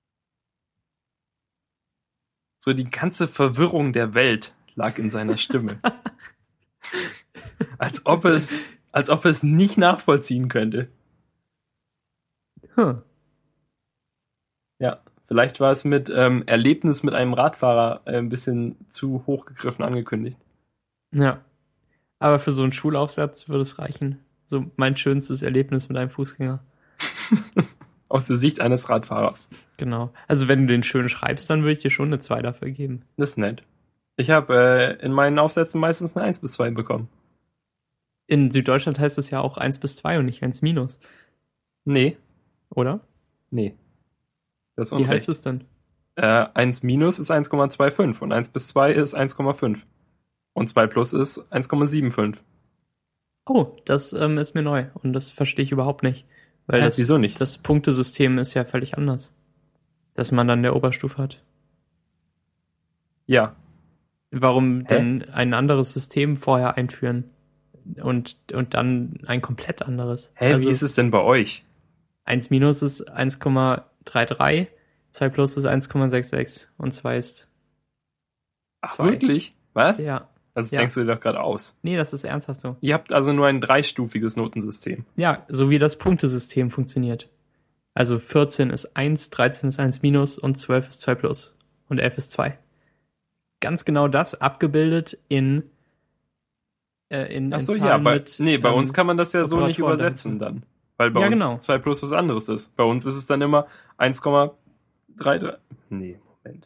So die ganze Verwirrung der Welt lag in seiner Stimme. als ob es nicht nachvollziehen könnte. Ja. Vielleicht war es mit Erlebnis mit einem Radfahrer ein bisschen zu hochgegriffen angekündigt. Ja. Aber für so einen Schulaufsatz würde es reichen. So mein schönstes Erlebnis mit einem Fußgänger. Aus der Sicht eines Radfahrers. Genau. Also wenn du den schön schreibst, dann würde ich dir schon eine 2 dafür geben. Das ist nett. Ich habe in meinen Aufsätzen meistens eine 1-2 bekommen. In Süddeutschland heißt es ja auch 1-2 und nicht 1-. Nee. Oder? Nee. Das ist Wie heißt es denn? 1- ist 1,25 und 1-2 ist 1,5. Und 2+ ist 1,75. Oh, das ist mir neu und das verstehe ich überhaupt nicht. Weil wieso nicht? Das Punktesystem ist ja völlig anders. Dass man dann der Oberstufe hat. Ja. Warum denn ein anderes System vorher einführen und dann ein komplett anderes? Wie ist es denn bei euch? 1- ist 1,33, 2+ ist 1,66 und 2 ist 2. Ach, wirklich? Was? Ja. Also das denkst du dir doch gerade aus. Nee, das ist ernsthaft so. Ihr habt also nur ein 3-stufiges Notensystem. Ja, so wie das Punktesystem funktioniert. Also 14 ist 1, 13 ist 1- und 12 ist 2+ und 11 ist 2. Ganz genau das abgebildet in Ach so, Zahlen ja, bei uns kann man das ja so nicht Operatoren übersetzen dann. Weil bei uns 2+ was anderes ist. Bei uns ist es dann immer 1,33. Nee, Moment.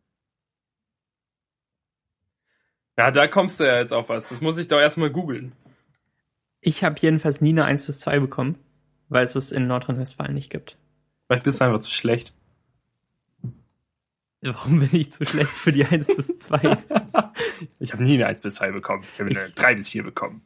Ja, da kommst du ja jetzt auf was. Das muss ich doch erstmal googeln. Ich habe jedenfalls nie eine 1-2 bekommen, weil es in Nordrhein-Westfalen nicht gibt. Vielleicht bist du einfach zu schlecht. Warum bin ich zu schlecht für die 1-2? Ich habe nie eine 1-2 bekommen. Ich habe eine 3-4 bekommen.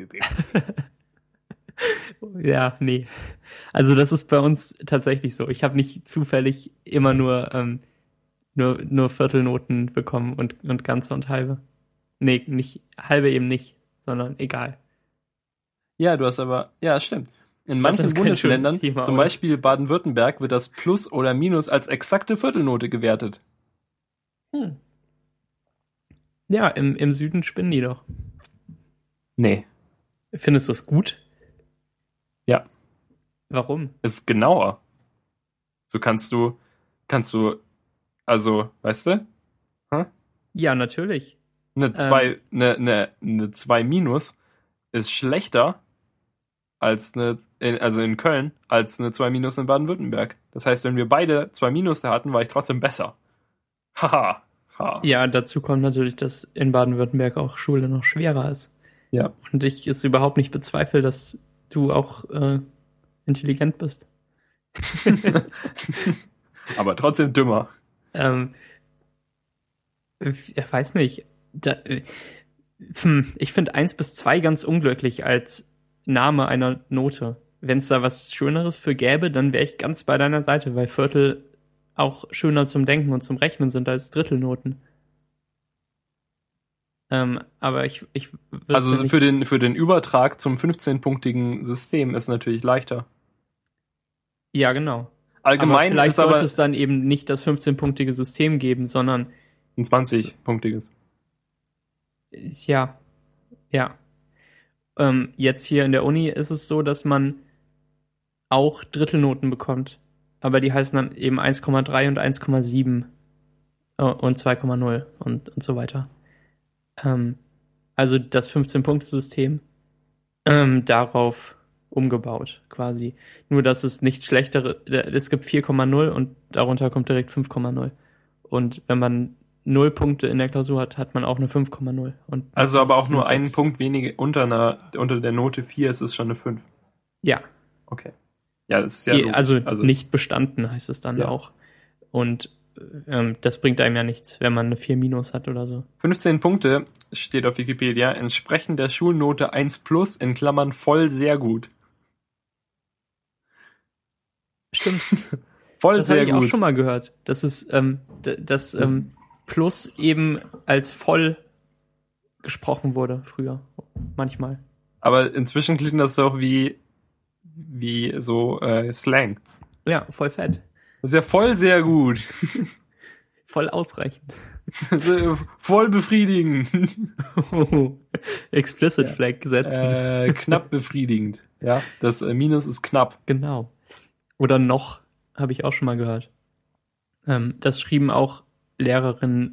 Ja, nee. Also das ist bei uns tatsächlich so. Ich habe nicht zufällig immer nur Viertelnoten bekommen und ganze und halbe. Nee, nicht halbe eben nicht, sondern egal. Ja, du hast aber, ja, stimmt. In manchen Bundesländern, Thema, zum Beispiel Baden-Württemberg, wird das Plus oder Minus als exakte Viertelnote gewertet. Ja, im Süden spinnen die doch. Nee. Findest du es gut? Ja. Warum? Es ist genauer. So kannst du, also, weißt du? Ja, natürlich. Eine 2- ist schlechter als in Köln, als eine 2- in Baden-Württemberg. Das heißt, wenn wir beide 2- hatten, war ich trotzdem besser. Haha. Ja, dazu kommt natürlich, dass in Baden-Württemberg auch Schule noch schwerer ist. Ja. Und ich es überhaupt nicht bezweifle, dass du auch intelligent bist. Aber trotzdem dümmer. Ich weiß nicht. Ich finde 1-2 ganz unglücklich als Name einer Note. Wenn es da was Schöneres für gäbe, dann wäre ich ganz bei deiner Seite, weil Viertel auch schöner zum Denken und zum Rechnen sind als Drittelnoten. Aber ich also ja für den Übertrag zum 15-punktigen System ist natürlich leichter. Ja, genau. Allgemein vielleicht ist aber sollte es dann eben nicht das 15-punktige System geben, sondern ein 20-punktiges. ja. Jetzt hier in der Uni ist es so, dass man auch Drittelnoten bekommt. Aber die heißen dann eben 1,3 und 1,7 und 2,0 und so weiter. Also das 15-Punkte-System darauf umgebaut quasi. Nur, dass es nicht schlechtere, es gibt 4,0 und darunter kommt direkt 5,0. Und wenn man 0 Punkte in der Klausur hat, hat man auch eine 5,0. Also aber auch nur einen 6. Punkt weniger unter der Note 4 ist es schon eine 5. Ja. Okay. Ja, das ist ja logisch. Also nicht bestanden heißt es dann ja. auch. Und das bringt einem ja nichts, wenn man eine 4 minus hat oder so. 15 Punkte steht auf Wikipedia, entsprechend der Schulnote 1 plus in Klammern voll sehr gut. Stimmt. Voll das sehr habe ich gut. auch schon mal gehört. Das ist das Plus eben als voll gesprochen wurde früher. Manchmal. Aber inzwischen klingt das doch wie so Slang. Ja, voll fett. Das ist ja voll sehr gut. Voll ausreichend. Voll befriedigend. Explicit Flag setzen. Knapp befriedigend. Ja, das Minus ist knapp. Genau. Oder noch, habe ich auch schon mal gehört. Das schrieben auch Lehrer und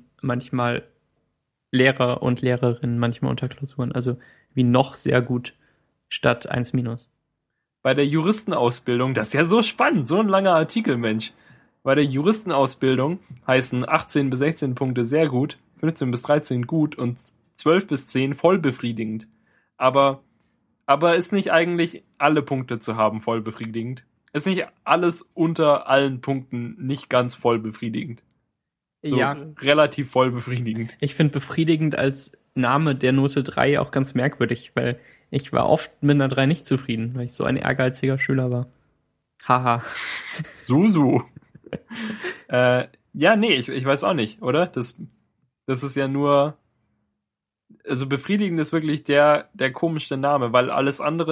Lehrerinnen manchmal unter Klausuren. Also wie noch sehr gut statt 1 minus. Bei der Juristenausbildung, das ist ja so spannend, so ein langer Artikel, Mensch. Bei der Juristenausbildung heißen 18 bis 16 Punkte sehr gut, 15 bis 13 gut und 12 bis 10 voll befriedigend. Aber ist nicht eigentlich alle Punkte zu haben voll befriedigend? Ist nicht alles unter allen Punkten nicht ganz voll befriedigend? So ja. Relativ voll befriedigend. Ich finde befriedigend als Name der Note 3 auch ganz merkwürdig, weil ich war oft mit einer 3 nicht zufrieden, weil ich so ein ehrgeiziger Schüler war. Haha. Susu. Ja, nee, ich weiß auch nicht, oder? Das ist ja nur, also befriedigend ist wirklich der komischste Name, weil alles andere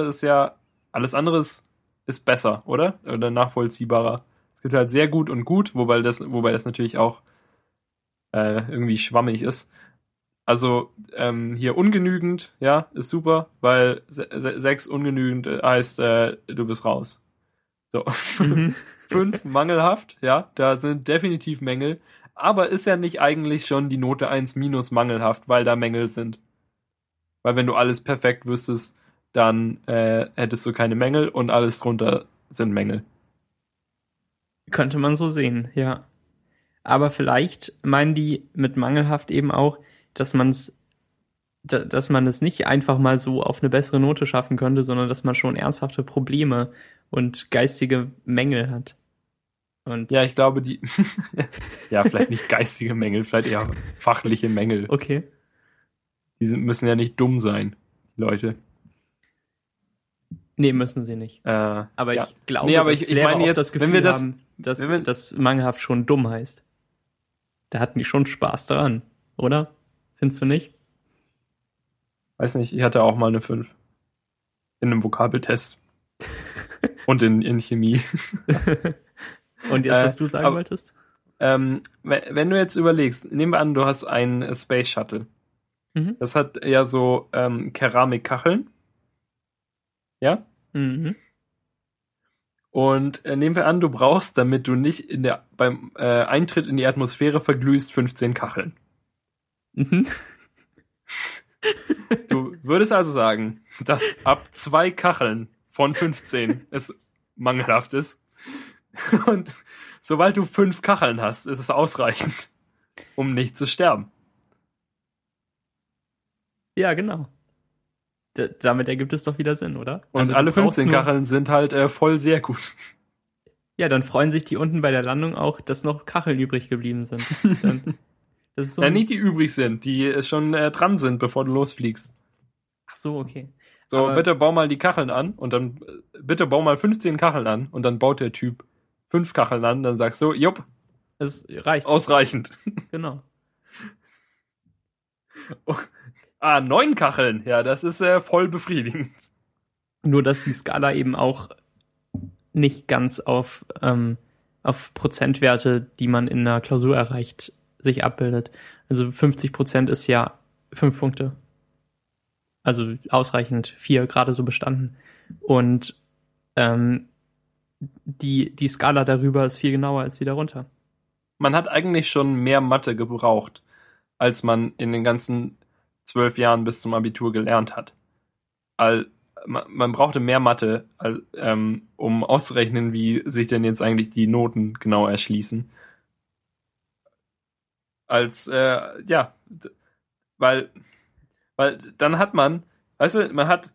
ist besser, oder? Oder nachvollziehbarer. Es gibt halt sehr gut und gut, wobei das natürlich auch irgendwie schwammig ist. Also hier ungenügend, ja, ist super, weil 6 ungenügend heißt, du bist raus. So. 5 mangelhaft, ja, da sind definitiv Mängel, aber ist ja nicht eigentlich schon die Note 1 minus mangelhaft, weil da Mängel sind. Weil wenn du alles perfekt wüsstest, dann hättest du keine Mängel und alles drunter sind Mängel. Könnte man so sehen, ja. Aber vielleicht meinen die mit mangelhaft eben auch, dass man es nicht einfach mal so auf eine bessere Note schaffen könnte, sondern dass man schon ernsthafte Probleme und geistige Mängel hat. Und ja, ich glaube, ja, vielleicht nicht geistige Mängel, vielleicht eher fachliche Mängel. Okay. Die müssen ja nicht dumm sein, die Leute. Nee, müssen sie nicht. Aber ja. ich glaube, dass ich Lehrer meine auch jetzt, das Gefühl haben, dass mangelhaft schon dumm heißt. Da hatten die schon Spaß daran, oder? Findest du nicht? Weiß nicht, ich hatte auch mal eine 5. In einem Vokabeltest. Und in Chemie. Und jetzt, was du sagen wolltest? Wenn du jetzt überlegst, nehmen wir an, du hast einen Space Shuttle. Mhm. Das hat ja so Keramikkacheln. Ja? Mhm. Und nehmen wir an, du brauchst, damit du nicht beim Eintritt in die Atmosphäre verglühst, 15 Kacheln. Mhm. Du würdest also sagen, dass ab 2 Kacheln von 15 es mangelhaft ist. Und sobald du 5 Kacheln hast, ist es ausreichend, um nicht zu sterben. Ja, genau. Damit ergibt es doch wieder Sinn, oder? Und also alle 15 Kacheln sind halt voll sehr gut. Ja, dann freuen sich die unten bei der Landung auch, dass noch Kacheln übrig geblieben sind. Das ist so nicht die übrig sind, die schon dran sind, bevor du losfliegst. Ach so, okay. So, aber bitte bau mal die Kacheln an und dann bitte bau mal 15 Kacheln an und dann baut der Typ 5 Kacheln an, dann sagst du, jupp, es reicht. Ausreichend. Genau. 9 Kacheln, ja, das ist voll befriedigend. Nur, dass die Skala eben auch nicht ganz auf auf Prozentwerte, die man in einer Klausur erreicht, sich abbildet. Also 50% ist ja 5 Punkte. Also ausreichend 4, gerade so bestanden. Und die Skala darüber ist viel genauer als die darunter. Man hat eigentlich schon mehr Mathe gebraucht, als man in den ganzen 12 Jahren bis zum Abitur gelernt hat. Man brauchte mehr Mathe, um auszurechnen, wie sich denn jetzt eigentlich die Noten genau erschließen. Weil dann hat man, weißt du, man hat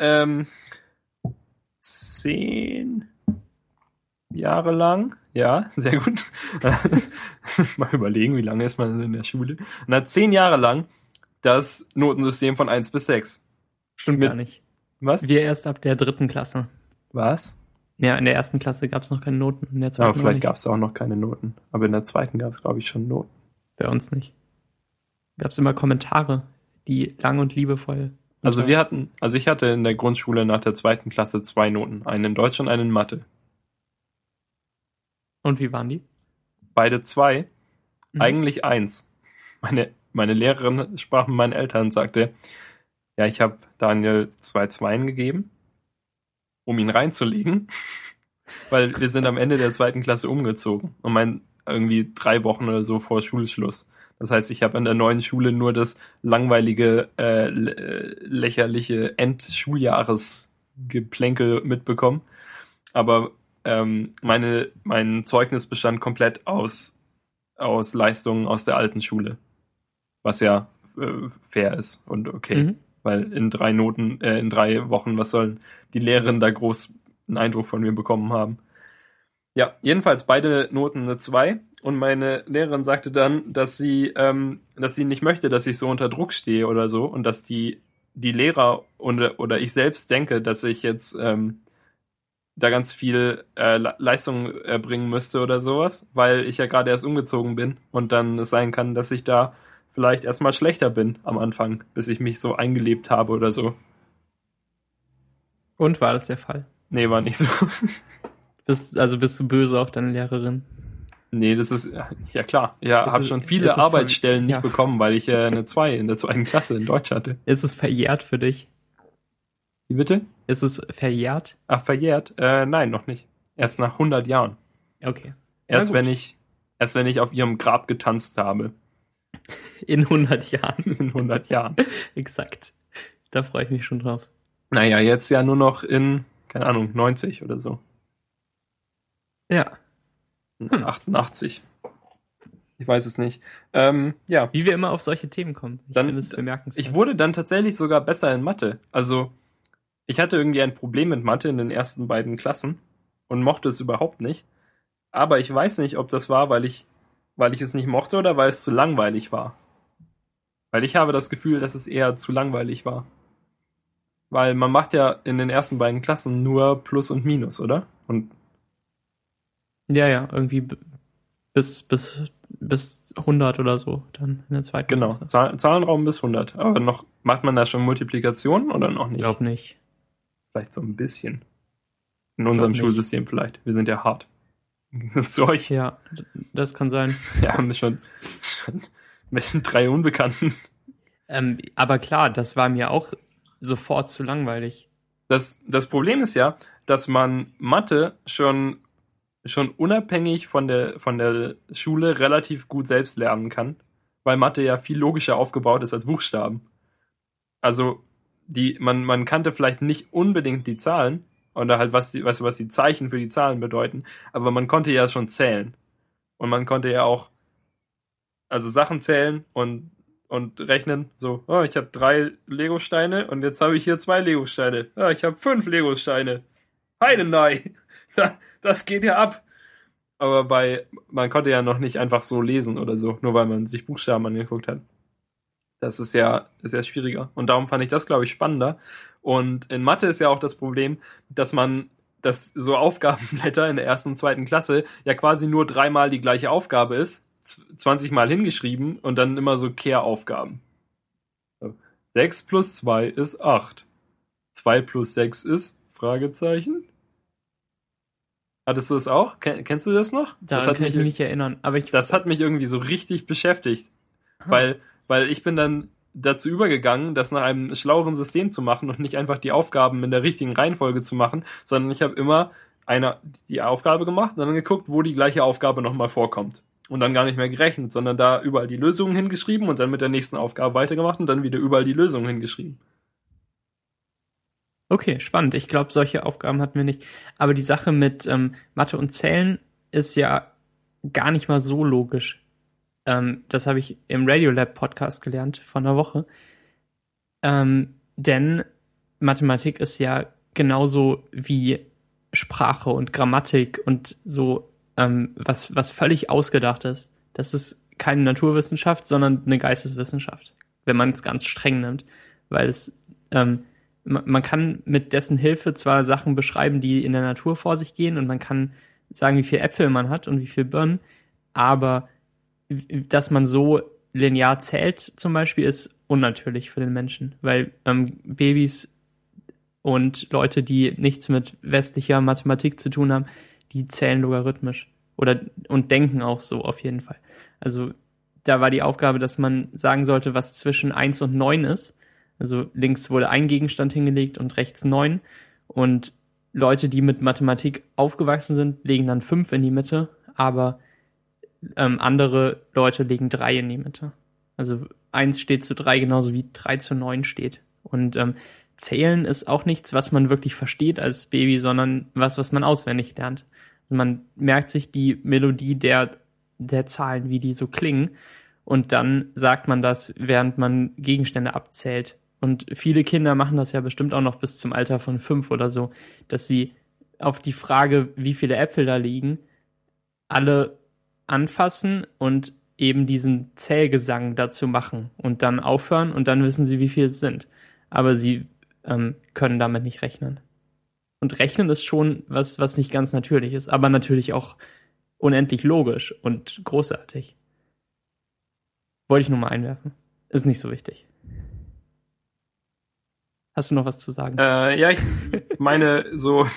10 Jahre lang, ja, sehr gut. Mal überlegen, wie lange ist man in der Schule? Man hat 10 Jahre lang das Notensystem von 1 bis 6. Stimmt gar nicht. Was? Wir erst ab der 3. Klasse. Was? Ja, in der 1. Klasse gab es noch keine Noten. In der 2. Aber vielleicht gab es auch noch keine Noten. Aber in der 2. gab es, glaube ich, schon Noten. Bei uns nicht. Gab es immer Kommentare, die lang und liebevoll. Also ich hatte in der Grundschule nach der 2. Klasse 2 Noten. Einen in Deutsch und einen in Mathe. Und wie waren die? Beide 2. Eigentlich 1. Meine Lehrerin sprach mit meinen Eltern und sagte, ja, ich habe Daniel 2 Zweien gegeben, um ihn reinzulegen, weil wir sind am Ende der 2. Klasse umgezogen und irgendwie 3 Wochen oder so vor Schulschluss. Das heißt, ich habe an der neuen Schule nur das langweilige, lächerliche Endschuljahresgeplänkel mitbekommen. Aber mein Zeugnis bestand komplett aus Leistungen aus der alten Schule. Was ja fair ist und okay. Weil in 3 Wochen, was sollen die Lehrerinnen da groß einen Eindruck von mir bekommen haben? Ja, jedenfalls beide Noten eine 2. Und meine Lehrerin sagte dann, dass sie nicht möchte, dass ich so unter Druck stehe oder so. Und dass die Lehrer oder ich selbst denke, dass ich jetzt da ganz viel Leistung erbringen müsste oder sowas. Weil ich ja gerade erst umgezogen bin. Und dann es sein kann, dass ich da vielleicht erstmal schlechter bin am Anfang, bis ich mich so eingelebt habe oder so. Und war das der Fall? Nee, war nicht so. Bist du böse auf deine Lehrerin? Nee, das ist, ja klar. Ja, habe schon viele Arbeitsstellen nicht bekommen, weil ich eine 2 in der 2. Klasse in Deutsch hatte. Ist es verjährt für dich? Wie bitte? Ist es verjährt? Ach, verjährt? Nein, noch nicht. Erst nach 100 Jahren. Okay. Erst wenn ich auf ihrem Grab getanzt habe. In 100 Jahren. In 100 Jahren. Exakt. Da freue ich mich schon drauf. Naja, jetzt ja nur noch in, keine Ahnung, 90 oder so. Ja. 88. Ich weiß es nicht. Ja. Wie wir immer auf solche Themen kommen. Ich finde es bemerkenswert. Ich wurde dann tatsächlich sogar besser in Mathe. Also, ich hatte irgendwie ein Problem mit Mathe in den ersten beiden Klassen und mochte es überhaupt nicht. Aber ich weiß nicht, ob das war, weil ich es nicht mochte oder weil es zu langweilig war. Weil ich habe das Gefühl, dass es eher zu langweilig war. Weil man macht ja in den ersten beiden Klassen nur Plus und Minus, oder? Und ja, irgendwie bis 100 oder so dann in der 2. Klasse. Genau, Zahlenraum bis 100. Aber macht man da schon Multiplikationen oder noch nicht? Ich glaube nicht. Vielleicht so ein bisschen. In unserem Schulsystem vielleicht. Wir sind ja hart. Zu euch. Ja, das kann sein. Ja, haben wir schon mit 3 Unbekannten. Aber klar, das war mir auch sofort zu langweilig. Das Problem ist ja, dass man Mathe schon unabhängig von der Schule relativ gut selbst lernen kann, weil Mathe ja viel logischer aufgebaut ist als Buchstaben. Also man kannte vielleicht nicht unbedingt die Zahlen oder halt was die Zeichen für die Zahlen bedeuten, aber man konnte ja schon zählen. Und man konnte ja auch also Sachen zählen und rechnen, so, oh, ich habe 3 Legosteine und jetzt habe ich hier 2 Legosteine. Oh, ich habe 5 Legosteine. Heidenei! Das geht ja ab. Aber man konnte ja noch nicht einfach so lesen oder so, nur weil man sich Buchstaben angeguckt hat. Das ist ja schwieriger. Und darum fand ich das, glaube ich, spannender. Und in Mathe ist ja auch das Problem, dass so Aufgabenblätter in der 1. und 2. Klasse ja quasi nur 3-mal die gleiche Aufgabe ist, 20 Mal hingeschrieben und dann immer so Kehraufgaben. 6 plus 2 ist 8. 2 plus 6 ist Fragezeichen. Hattest du das auch? Kennst du das noch? Daran kann ich mich nicht erinnern. Aber das hat mich irgendwie so richtig beschäftigt. Weil ich bin dann dazu übergegangen, das nach einem schlaueren System zu machen und nicht einfach die Aufgaben in der richtigen Reihenfolge zu machen, sondern ich habe immer die Aufgabe gemacht und dann geguckt, wo die gleiche Aufgabe nochmal vorkommt. Und dann gar nicht mehr gerechnet, sondern da überall die Lösungen hingeschrieben und dann mit der nächsten Aufgabe weitergemacht und dann wieder überall die Lösungen hingeschrieben. Okay, spannend. Ich glaube, solche Aufgaben hatten wir nicht. Aber die Sache mit Mathe und Zählen ist ja gar nicht mal so logisch. Das habe ich im Radiolab Podcast gelernt vor einer Woche. Denn Mathematik ist ja genauso wie Sprache und Grammatik und so was völlig ausgedacht ist. Das ist keine Naturwissenschaft, sondern eine Geisteswissenschaft, wenn man es ganz streng nimmt. Weil es man kann mit dessen Hilfe zwar Sachen beschreiben, die in der Natur vor sich gehen und man kann sagen, wie viele Äpfel man hat und wie viele Birnen, aber dass man so linear zählt zum Beispiel, ist unnatürlich für den Menschen, weil Babys und Leute, die nichts mit westlicher Mathematik zu tun haben, die zählen logarithmisch und denken auch so auf jeden Fall. Also da war die Aufgabe, dass man sagen sollte, was zwischen 1 und 9 ist. Also links wurde ein Gegenstand hingelegt und rechts 9. Und Leute, die mit Mathematik aufgewachsen sind, legen dann 5 in die Mitte, aber andere Leute legen 3 in die Mitte. Also 1 steht zu 3, genauso wie 3 zu 9 steht. Und Zählen ist auch nichts, was man wirklich versteht als Baby, sondern was man auswendig lernt. Also man merkt sich die Melodie der Zahlen, wie die so klingen. Und dann sagt man das, während man Gegenstände abzählt. Und viele Kinder machen das ja bestimmt auch noch bis zum Alter von 5 oder so, dass sie auf die Frage, wie viele Äpfel da liegen, alle anfassen und eben diesen Zählgesang dazu machen und dann aufhören und dann wissen sie, wie viel es sind. Aber sie können damit nicht rechnen. Und rechnen ist schon was nicht ganz natürlich ist, aber natürlich auch unendlich logisch und großartig. Wollte ich nur mal einwerfen. Ist nicht so wichtig. Hast du noch was zu sagen? Ja, ich meine so,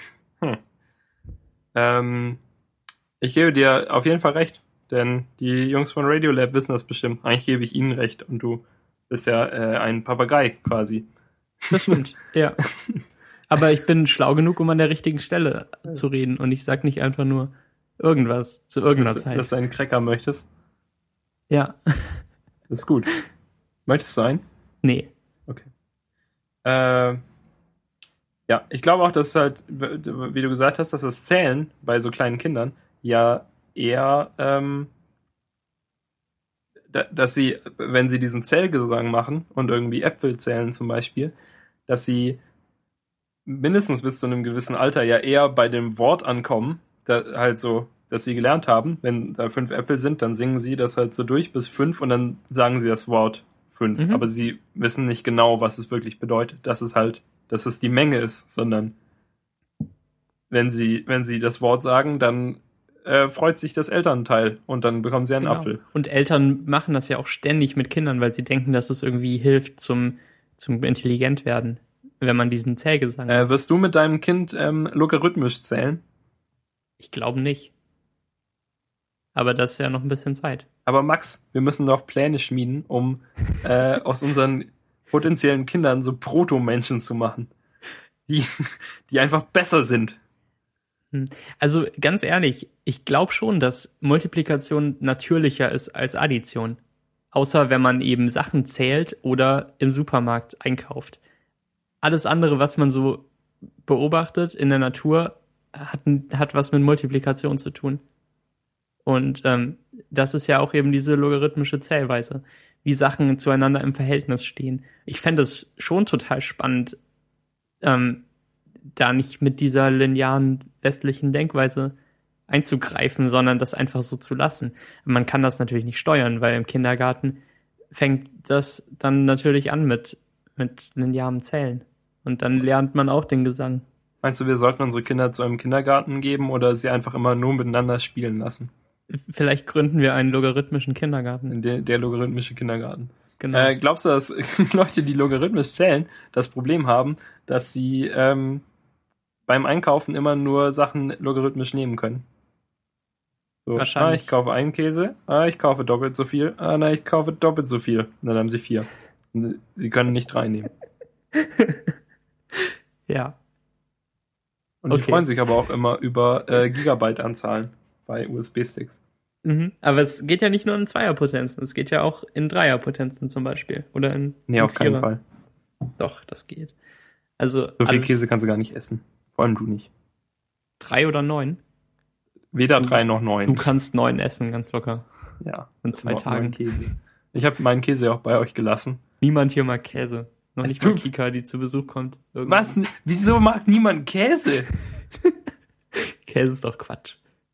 ich gebe dir auf jeden Fall recht, denn die Jungs von Radiolab wissen das bestimmt. Eigentlich gebe ich ihnen recht und du bist ja ein Papagei quasi. Das stimmt, ja. Aber ich bin schlau genug, um an der richtigen Stelle zu reden und ich sag nicht einfach nur irgendwas zu irgendeiner Zeit. Dass du einen Cracker möchtest? Ja. Das ist gut. Möchtest du einen? Nee. Okay. Ja, ich glaube auch, dass halt, wie du gesagt hast, dass das Zählen bei so kleinen Kindern ja eher, dass sie, wenn sie diesen Zählgesang machen und irgendwie Äpfel zählen zum Beispiel, dass sie mindestens bis zu einem gewissen Alter ja eher bei dem Wort ankommen, halt so, dass sie gelernt haben, wenn da 5 Äpfel sind, dann singen sie das halt so durch bis 5 und dann sagen sie das Wort 5. Aber sie wissen nicht genau, was es wirklich bedeutet, dass es die Menge ist, sondern wenn sie das Wort sagen, dann freut sich das Elternteil und dann bekommen sie einen Apfel. Und Eltern machen das ja auch ständig mit Kindern, weil sie denken, dass es irgendwie hilft zum intelligent werden, wenn man diesen Zählgesang hat. Wirst du mit deinem Kind logarithmisch zählen? Ich glaube nicht. Aber das ist ja noch ein bisschen Zeit. Aber Max, wir müssen doch Pläne schmieden, um aus unseren potenziellen Kindern so Proto-Menschen zu machen, die einfach besser sind. Also ganz ehrlich, ich glaube schon, dass Multiplikation natürlicher ist als Addition. Außer wenn man eben Sachen zählt oder im Supermarkt einkauft. Alles andere, was man so beobachtet in der Natur, hat was mit Multiplikation zu tun. Und das ist ja auch eben diese logarithmische Zählweise, wie Sachen zueinander im Verhältnis stehen. Ich fände es schon total spannend, da nicht mit dieser linearen westlichen Denkweise einzugreifen, sondern das einfach so zu lassen. Man kann das natürlich nicht steuern, weil im Kindergarten fängt das dann natürlich an mit linearem Zählen. Und dann lernt man auch den Gesang. Meinst du, wir sollten unsere Kinder zu einem Kindergarten geben oder sie einfach immer nur miteinander spielen lassen? Vielleicht gründen wir einen logarithmischen Kindergarten. Der logarithmische Kindergarten. Genau. Glaubst du, dass Leute, die logarithmisch zählen, das Problem haben, dass sie beim Einkaufen immer nur Sachen logarithmisch nehmen können. So, Wahrscheinlich. ich kaufe einen Käse, ich kaufe doppelt so viel, ich kaufe doppelt so viel. Dann haben sie 4. Sie können nicht 3 nehmen. Ja. Und die freuen sich aber auch immer über Gigabyte-Anzahlen bei USB-Sticks. Mhm. Aber es geht ja nicht nur in Zweierpotenzen, es geht ja auch in Dreierpotenzen zum Beispiel. Oder in Auf keinen Vierer. Fall. Doch, das geht. Also So viel Käse kannst du gar nicht essen. Vor allem du nicht. 3 oder 9? Weder 3 noch 9. Du kannst 9 essen, ganz locker. Ja. In 2 Nur Tagen. Käse. Ich habe meinen Käse auch bei euch gelassen. Niemand hier mag Käse. Noch Was nicht du- mal Kika, die zu Besuch kommt. Irgendwann. Was? Wieso mag niemand Käse? Käse ist doch Quatsch.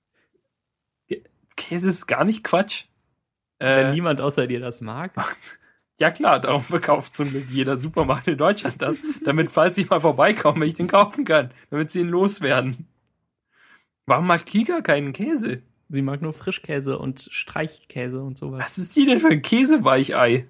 Käse ist gar nicht Quatsch. Wenn niemand außer dir das mag. Ja klar, darum verkauft zum Glück jeder Supermarkt in Deutschland das, damit, falls ich mal vorbeikomme, ich den kaufen kann, damit sie ihn loswerden. Warum mag Kika keinen Käse? Sie mag nur Frischkäse und Streichkäse und sowas. Was ist die denn für ein Käseweichei?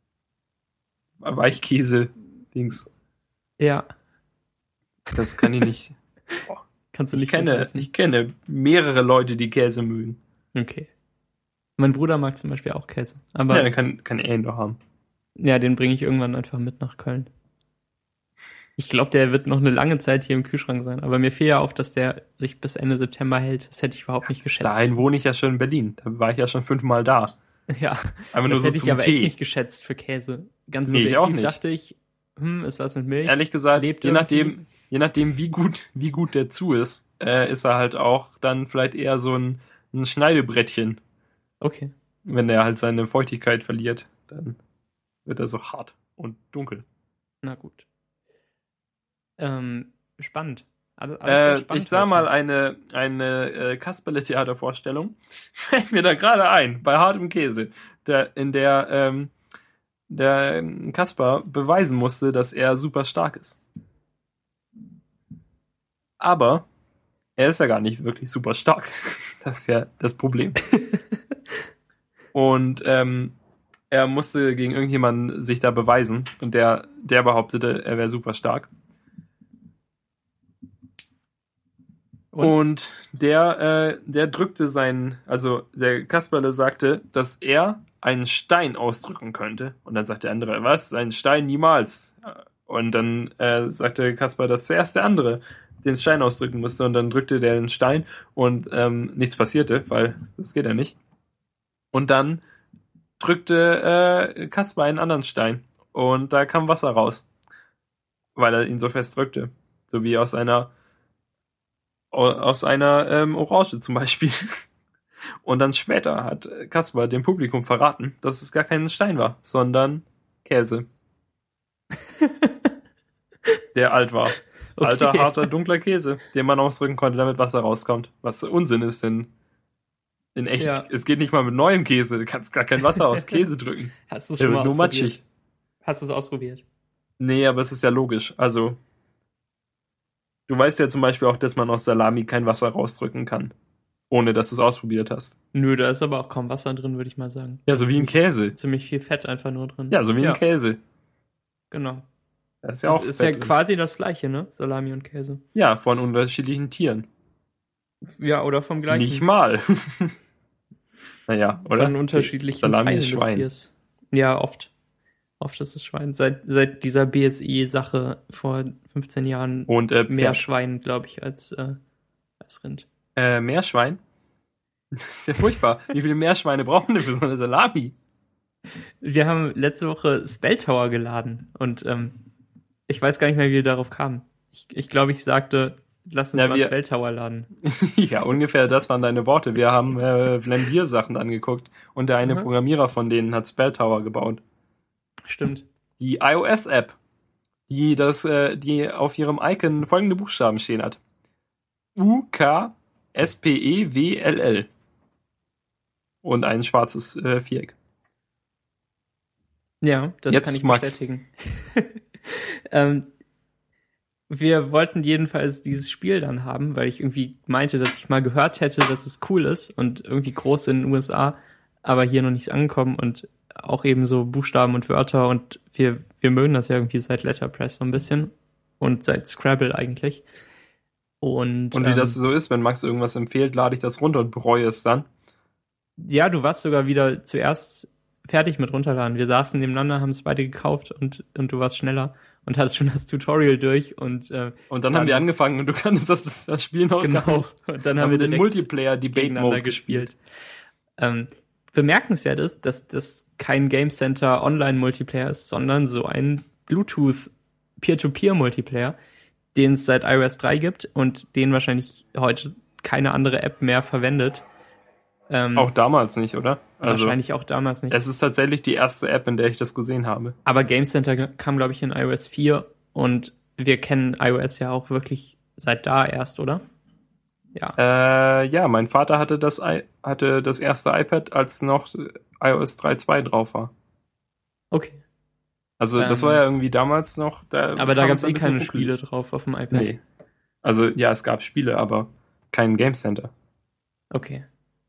Weichkäse-Dings. Ja, Das kann ich nicht. kannst du Ich nicht ich kenne mehrere Leute, die Käse mögen. Okay. Mein Bruder mag zum Beispiel auch Käse. Aber Ja, dann kann er ihn doch haben. ja, den bringe ich irgendwann einfach mit nach Köln. Ich glaube, der wird noch eine lange Zeit hier im Kühlschrank sein. Aber mir fiel ja auf, dass der sich bis Ende September hält. Das hätte ich überhaupt nicht Bis geschätzt. dahin wohne ich ja schon in Berlin. Da war ich ja schon 5-mal da. Ja, Aber nur das so hätte ich zum aber echt Tee. nicht geschätzt für Käse. Ganz Nee, ich subjektiv auch nicht. dachte ich, ist was mit Milch. Ehrlich gesagt, Lebt je irgendwie. nachdem, wie gut der zu ist er halt auch dann vielleicht eher so ein Schneidebrettchen. Okay. Wenn er halt seine Feuchtigkeit verliert, dann wird er so hart und dunkel. Na gut. Spannend. Alles sehr spannend Ich sah heute. mal eine Kasperle-Theatervorstellung. Fällt mir da gerade ein, bei hartem Käse, in der Kasper beweisen musste, dass er super stark ist. Aber er ist ja gar nicht wirklich super stark. Das ist ja das Problem. Und er musste gegen irgendjemanden sich da beweisen und der behauptete, er wäre super stark. Und der drückte der Kasperle sagte, dass er einen Stein ausdrücken könnte. Und dann sagt der andere, was? Ein Stein niemals. Und dann sagte Kasper, dass zuerst der andere den Stein ausdrücken musste. Und dann drückte der den Stein und nichts passierte, weil das geht ja nicht. Und dann drückte Kasper einen anderen Stein. Und da kam Wasser raus. Weil er ihn so fest drückte. So wie aus einer Orange zum Beispiel. Und dann später hat Kasper dem Publikum verraten, dass es gar kein Stein war, sondern Käse. Der alt war. Okay. Alter, harter, dunkler Käse, den man ausdrücken konnte, damit Wasser rauskommt. Was Unsinn ist in echt. Ja. Es geht nicht mal mit neuem Käse. Du kannst gar kein Wasser aus Käse drücken. Hast du es Der schon wird mal nur ausprobiert? matschig. Hast du es ausprobiert? Nee, aber es ist ja logisch. Also, du weißt ja zum Beispiel auch, dass man aus Salami kein Wasser rausdrücken kann. Ohne, dass du es ausprobiert hast. Nö, da ist aber auch kaum Wasser drin, würde ich mal sagen. Ja, so wie ein Käse. Ziemlich viel Fett einfach nur drin. Ja, so wie ein Käse. Genau. Das ist ja Das auch ist ja Fett drin. quasi das gleiche, ne? Salami und Käse. Ja, von unterschiedlichen Tieren. Ja, oder vom gleichen. Nicht mal. Naja, oder? Von unterschiedlichen Salami Teilen ist des Schwein. Tiers. Ja, oft. Oft ist es Schwein. Seit dieser BSI-Sache vor 15 Jahren Und mehr Pferd. Schwein, glaube ich, als Rind. Meerschwein? Das ist ja furchtbar. Wie viele Meerschweine brauchen wir für so eine Salami? Wir haben letzte Woche Spelltower geladen und ich weiß gar nicht mehr, wie wir darauf kamen. Ich glaube, ich sagte, lass uns Ja, mal wir- Spelltower laden. Ja, ungefähr das waren deine Worte. Wir haben Vlambeer-Sachen angeguckt und der eine Aha. Programmierer von denen hat Spelltower gebaut. Stimmt. Die iOS-App, die auf ihrem Icon folgende Buchstaben stehen hat. UKSPEWLL. Und ein schwarzes Viereck. Ja, das Jetzt kann ich Max. bestätigen. Wir wollten jedenfalls dieses Spiel dann haben, weil ich irgendwie meinte, dass ich mal gehört hätte, dass es cool ist und irgendwie groß in den USA, aber hier noch nicht angekommen und auch eben so Buchstaben und Wörter und wir mögen das ja irgendwie seit Letterpress so ein bisschen und seit Scrabble eigentlich. Und wie das so ist, wenn Max irgendwas empfiehlt, lade ich das runter und bereue es dann. Ja, du warst sogar wieder zuerst fertig mit runterladen. Wir saßen nebeneinander, haben es beide gekauft und du warst schneller und hattest schon das Tutorial durch und dann haben wir angefangen und du kanntest das Spiel noch genau. gar nicht. Und dann haben wir den Multiplayer-Debate-Mode gespielt. Bemerkenswert ist, dass das kein Game Center Online-Multiplayer ist, sondern so ein Bluetooth Peer-to-Peer-Multiplayer, den es seit iOS 3 gibt und den wahrscheinlich heute keine andere App mehr verwendet. Auch damals nicht, oder? Wahrscheinlich auch damals nicht. Es ist tatsächlich die erste App, in der ich das gesehen habe. Aber Game Center kam, glaube ich, in iOS 4 und wir kennen iOS ja auch wirklich seit da erst, oder? Ja. Ja, mein Vater hatte das erste iPad, als noch iOS 3.2 drauf war. Okay. Also das war ja irgendwie damals noch... aber da gab es keine Spiele drauf auf dem iPad. Nee. Also ja, es gab Spiele, aber kein Game Center. Okay.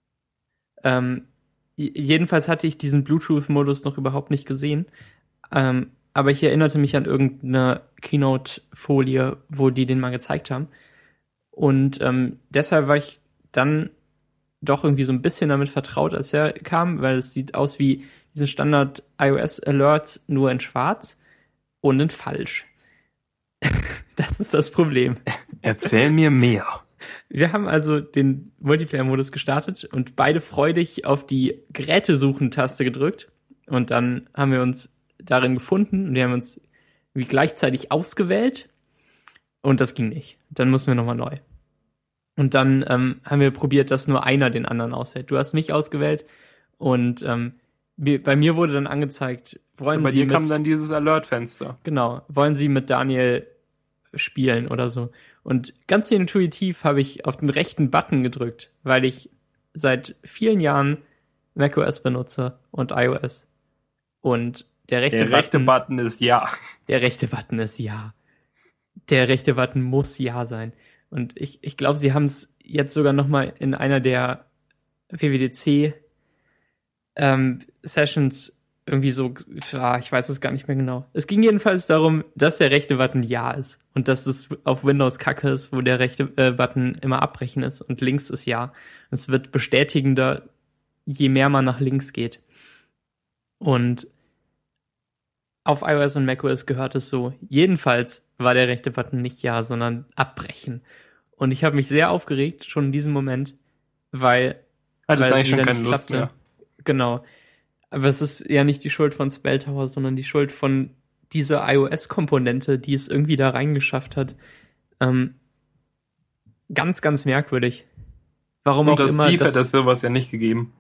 Jedenfalls hatte ich diesen Bluetooth-Modus noch überhaupt nicht gesehen. Aber ich erinnerte mich an irgendeine Keynote-Folie, wo die den mal gezeigt haben. Und deshalb war ich dann doch irgendwie so ein bisschen damit vertraut, als er kam, weil es sieht aus wie diese Standard iOS Alerts nur in schwarz und in falsch. Das ist das Problem. Erzähl mir mehr. Wir haben also den Multiplayer-Modus gestartet und beide freudig auf die Gerätesuchen-Taste gedrückt. Und dann haben wir uns darin gefunden und wir haben uns wie gleichzeitig ausgewählt. Und das ging nicht. Dann mussten wir nochmal neu. Und dann haben wir probiert, dass nur einer den anderen auswählt. Du hast mich ausgewählt und bei mir wurde dann angezeigt, bei dir kam dann dieses Alert-Fenster. Genau, wollen Sie mit Daniel spielen oder so. Und ganz intuitiv habe ich auf den rechten Button gedrückt, weil ich seit vielen Jahren macOS benutze und iOS. Und der rechte Button ist ja. Der rechte Button ist ja. Der rechte Button muss ja sein. Und ich glaube, sie haben es jetzt sogar noch mal in einer der WWDC Sessions irgendwie so, ich weiß es gar nicht mehr genau. Es ging jedenfalls darum, dass der rechte Button ja ist und dass das auf Windows Kacke ist, wo der rechte Button immer abbrechen ist und links ist ja. Es wird bestätigender, je mehr man nach links geht. Und auf iOS und macOS gehört es so. Jedenfalls war der rechte Button nicht ja, sondern abbrechen. Und ich habe mich sehr aufgeregt, schon in diesem Moment, weil hatte jetzt eigentlich schon keine Lust mehr. Genau. Aber es ist ja nicht die Schuld von Spelltower, sondern die Schuld von dieser iOS-Komponente, die es irgendwie da reingeschafft hat. Ganz, ganz merkwürdig. Warum und auch das immer. Steve hat das sowas ja nicht gegeben.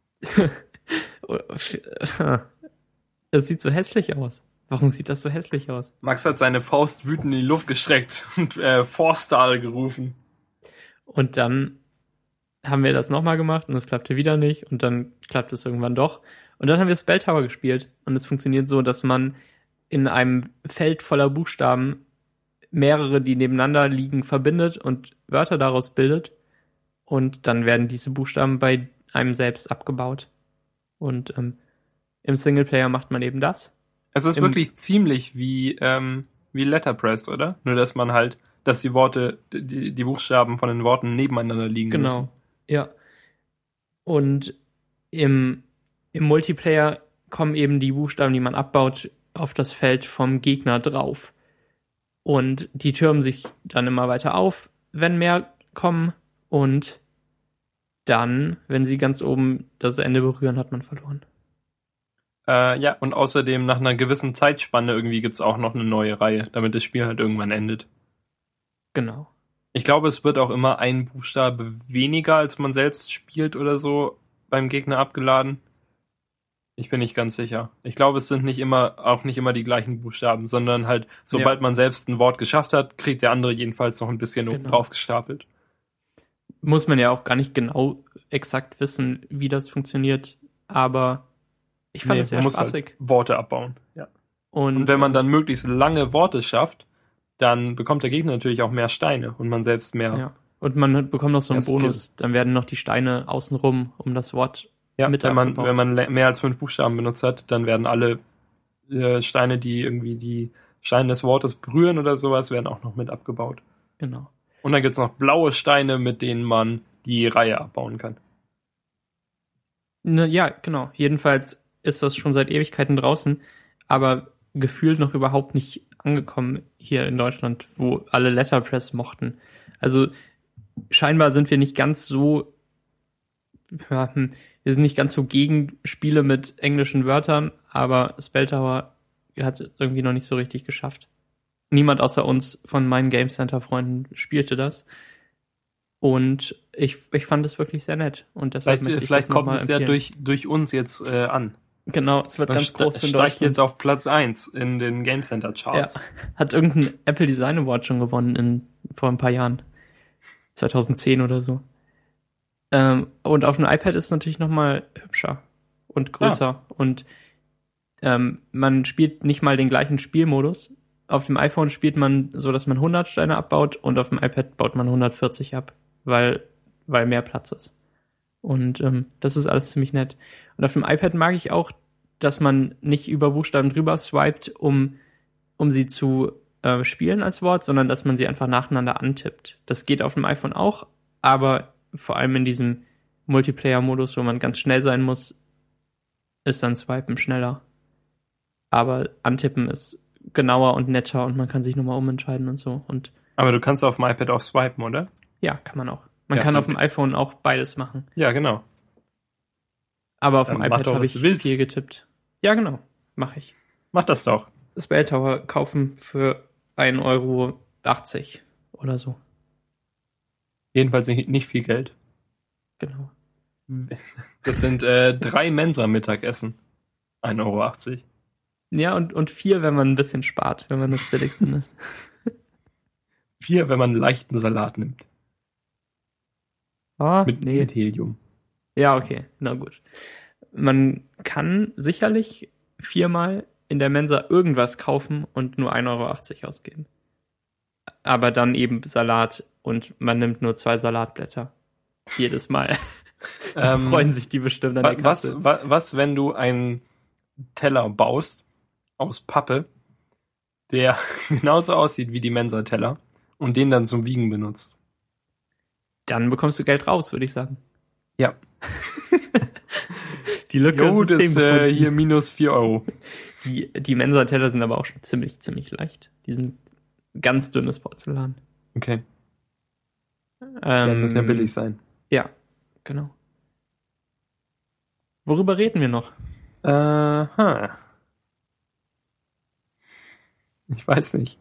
Das sieht so hässlich aus. Warum sieht das so hässlich aus? Max hat seine Faust wütend in die Luft gestreckt und Forstall gerufen. Und dann haben wir das nochmal gemacht und es klappte wieder nicht und dann klappt es irgendwann doch. Und dann haben wir Spelltower gespielt und es funktioniert so, dass man in einem Feld voller Buchstaben mehrere, die nebeneinander liegen, verbindet und Wörter daraus bildet und dann werden diese Buchstaben bei einem selbst abgebaut. Und im Singleplayer macht man eben das. Es ist wirklich ziemlich wie Letterpress, oder? Nur, dass man halt, dass die Worte, die Buchstaben von den Worten nebeneinander liegen müssen. Genau, ja. Und im Multiplayer kommen eben die Buchstaben, die man abbaut, auf das Feld vom Gegner drauf. Und die türmen sich dann immer weiter auf, wenn mehr kommen. Und dann, wenn sie ganz oben das Ende berühren, hat man verloren. Ja, und außerdem nach einer gewissen Zeitspanne irgendwie gibt's auch noch eine neue Reihe, damit das Spiel halt irgendwann endet. Genau. Ich glaube, es wird auch immer ein Buchstabe weniger, als man selbst spielt oder so, beim Gegner abgeladen. Ich bin nicht ganz sicher. Ich glaube, es sind auch nicht immer die gleichen Buchstaben, sondern halt, sobald man selbst ein Wort geschafft hat, kriegt der andere jedenfalls noch ein bisschen oben drauf gestapelt. Muss man ja auch gar nicht genau exakt wissen, wie das funktioniert, aber ich fand es sehr spaßig. Halt Worte abbauen, ja. Und wenn man dann möglichst lange Worte schafft, dann bekommt der Gegner natürlich auch mehr Steine und man selbst mehr. Ja. Und man bekommt noch so einen Bonus. Dann werden noch die Steine außenrum um das Wort mit abgebaut. Wenn man mehr als 5 Buchstaben benutzt hat, dann werden alle Steine, die irgendwie die Steine des Wortes berühren oder sowas, werden auch noch mit abgebaut. Genau. Und dann gibt's noch blaue Steine, mit denen man die Reihe abbauen kann. Ja, genau. Jedenfalls ist das schon seit Ewigkeiten draußen, aber gefühlt noch überhaupt nicht angekommen hier in Deutschland, wo alle Letterpress mochten. Also scheinbar sind wir nicht ganz so, wir sind nicht ganz so gegen Spiele mit englischen Wörtern, aber Spelltower hat es irgendwie noch nicht so richtig geschafft. Niemand außer uns von meinen Game Center Freunden spielte das. Und ich fand es wirklich sehr nett. Und deshalb vielleicht kommt es ja durch uns jetzt an. Genau, es wird ganz groß in Deutschland. Steigt jetzt auf Platz 1 in den Game Center Charts. Ja, hat irgendein Apple Design Award schon gewonnen vor ein paar Jahren. 2010 oder so. Und auf dem iPad ist es natürlich nochmal hübscher und größer. Ja. Und man spielt nicht mal den gleichen Spielmodus. Auf dem iPhone spielt man so, dass man 100 Steine abbaut und auf dem iPad baut man 140 ab, weil mehr Platz ist. Und das ist alles ziemlich nett. Und auf dem iPad mag ich auch, dass man nicht über Buchstaben drüber swiped, um sie zu spielen als Wort, sondern dass man sie einfach nacheinander antippt. Das geht auf dem iPhone auch, aber vor allem in diesem Multiplayer-Modus, wo man ganz schnell sein muss, ist dann Swipen schneller. Aber antippen ist genauer und netter und man kann sich nochmal umentscheiden und so. Aber du kannst auf dem iPad auch swipen, oder? Ja, kann man auch. Man kann auf dem iPhone auch beides machen. Ja, genau. Aber auf dem iPad habe ich viel getippt. Ja, genau. Mache ich. Mach das doch. Spelltower kaufen für 1,80 € oder so. Jedenfalls nicht viel Geld. Genau. Das sind 3 Mensa-Mittagessen. 1,80 €. Ja, und 4, wenn man ein bisschen spart, wenn man das Billigste nimmt. 4, wenn man einen leichten Salat nimmt. Mit Helium. Ja, okay, na gut. Man kann sicherlich 4-mal in der Mensa irgendwas kaufen und nur 1,80 € ausgeben. Aber dann eben Salat und man nimmt nur 2 Salatblätter. Jedes Mal. Da freuen sich die bestimmt an der Kasse. Was, wenn du einen Teller baust aus Pappe, der genauso aussieht wie die Mensa-Teller und den dann zum Wiegen benutzt? Dann bekommst du Geld raus, würde ich sagen. Ja. Die Lücke ist hier minus 4 €. Die Mensa-Teller sind aber auch schon ziemlich, ziemlich leicht. Die sind ganz dünnes Porzellan. Okay. Müssen ja billig sein. Ja, genau. Worüber reden wir noch? Ich weiß nicht.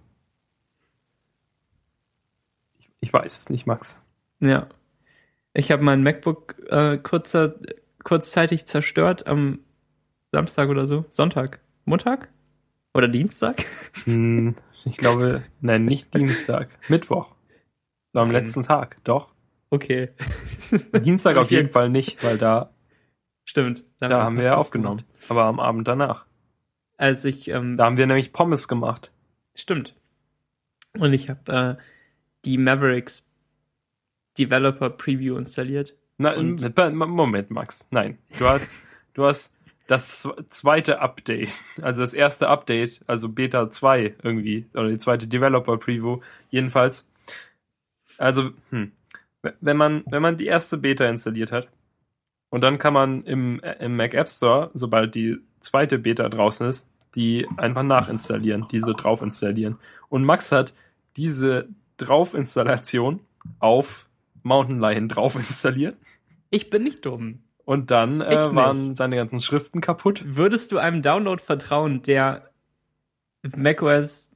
Ich weiß es nicht, Max. Ja. Ich habe mein MacBook kurzzeitig zerstört am Samstag oder so. Sonntag. Montag? Oder Dienstag? Ich glaube, nein, nicht Dienstag. Mittwoch. So am letzten Tag, doch. Okay. Dienstag auf jeden Fall nicht, weil da... Stimmt. Da haben wir ja aufgenommen. Aber am Abend danach. Da haben wir nämlich Pommes gemacht. Stimmt. Und ich habe die Mavericks Developer Preview installiert. Moment, Max. Nein. Du hast das zweite Update, also das erste Update, also Beta 2 irgendwie, oder die zweite Developer Preview, jedenfalls. Also, wenn man die erste Beta installiert hat, und dann kann man im Mac App Store, sobald die zweite Beta draußen ist, die einfach nachinstallieren, diese drauf installieren. Und Max hat diese Draufinstallation auf Mountain Lion drauf installiert. Ich bin nicht dumm. Und dann waren seine ganzen Schriften kaputt. Würdest du einem Download vertrauen, der macOS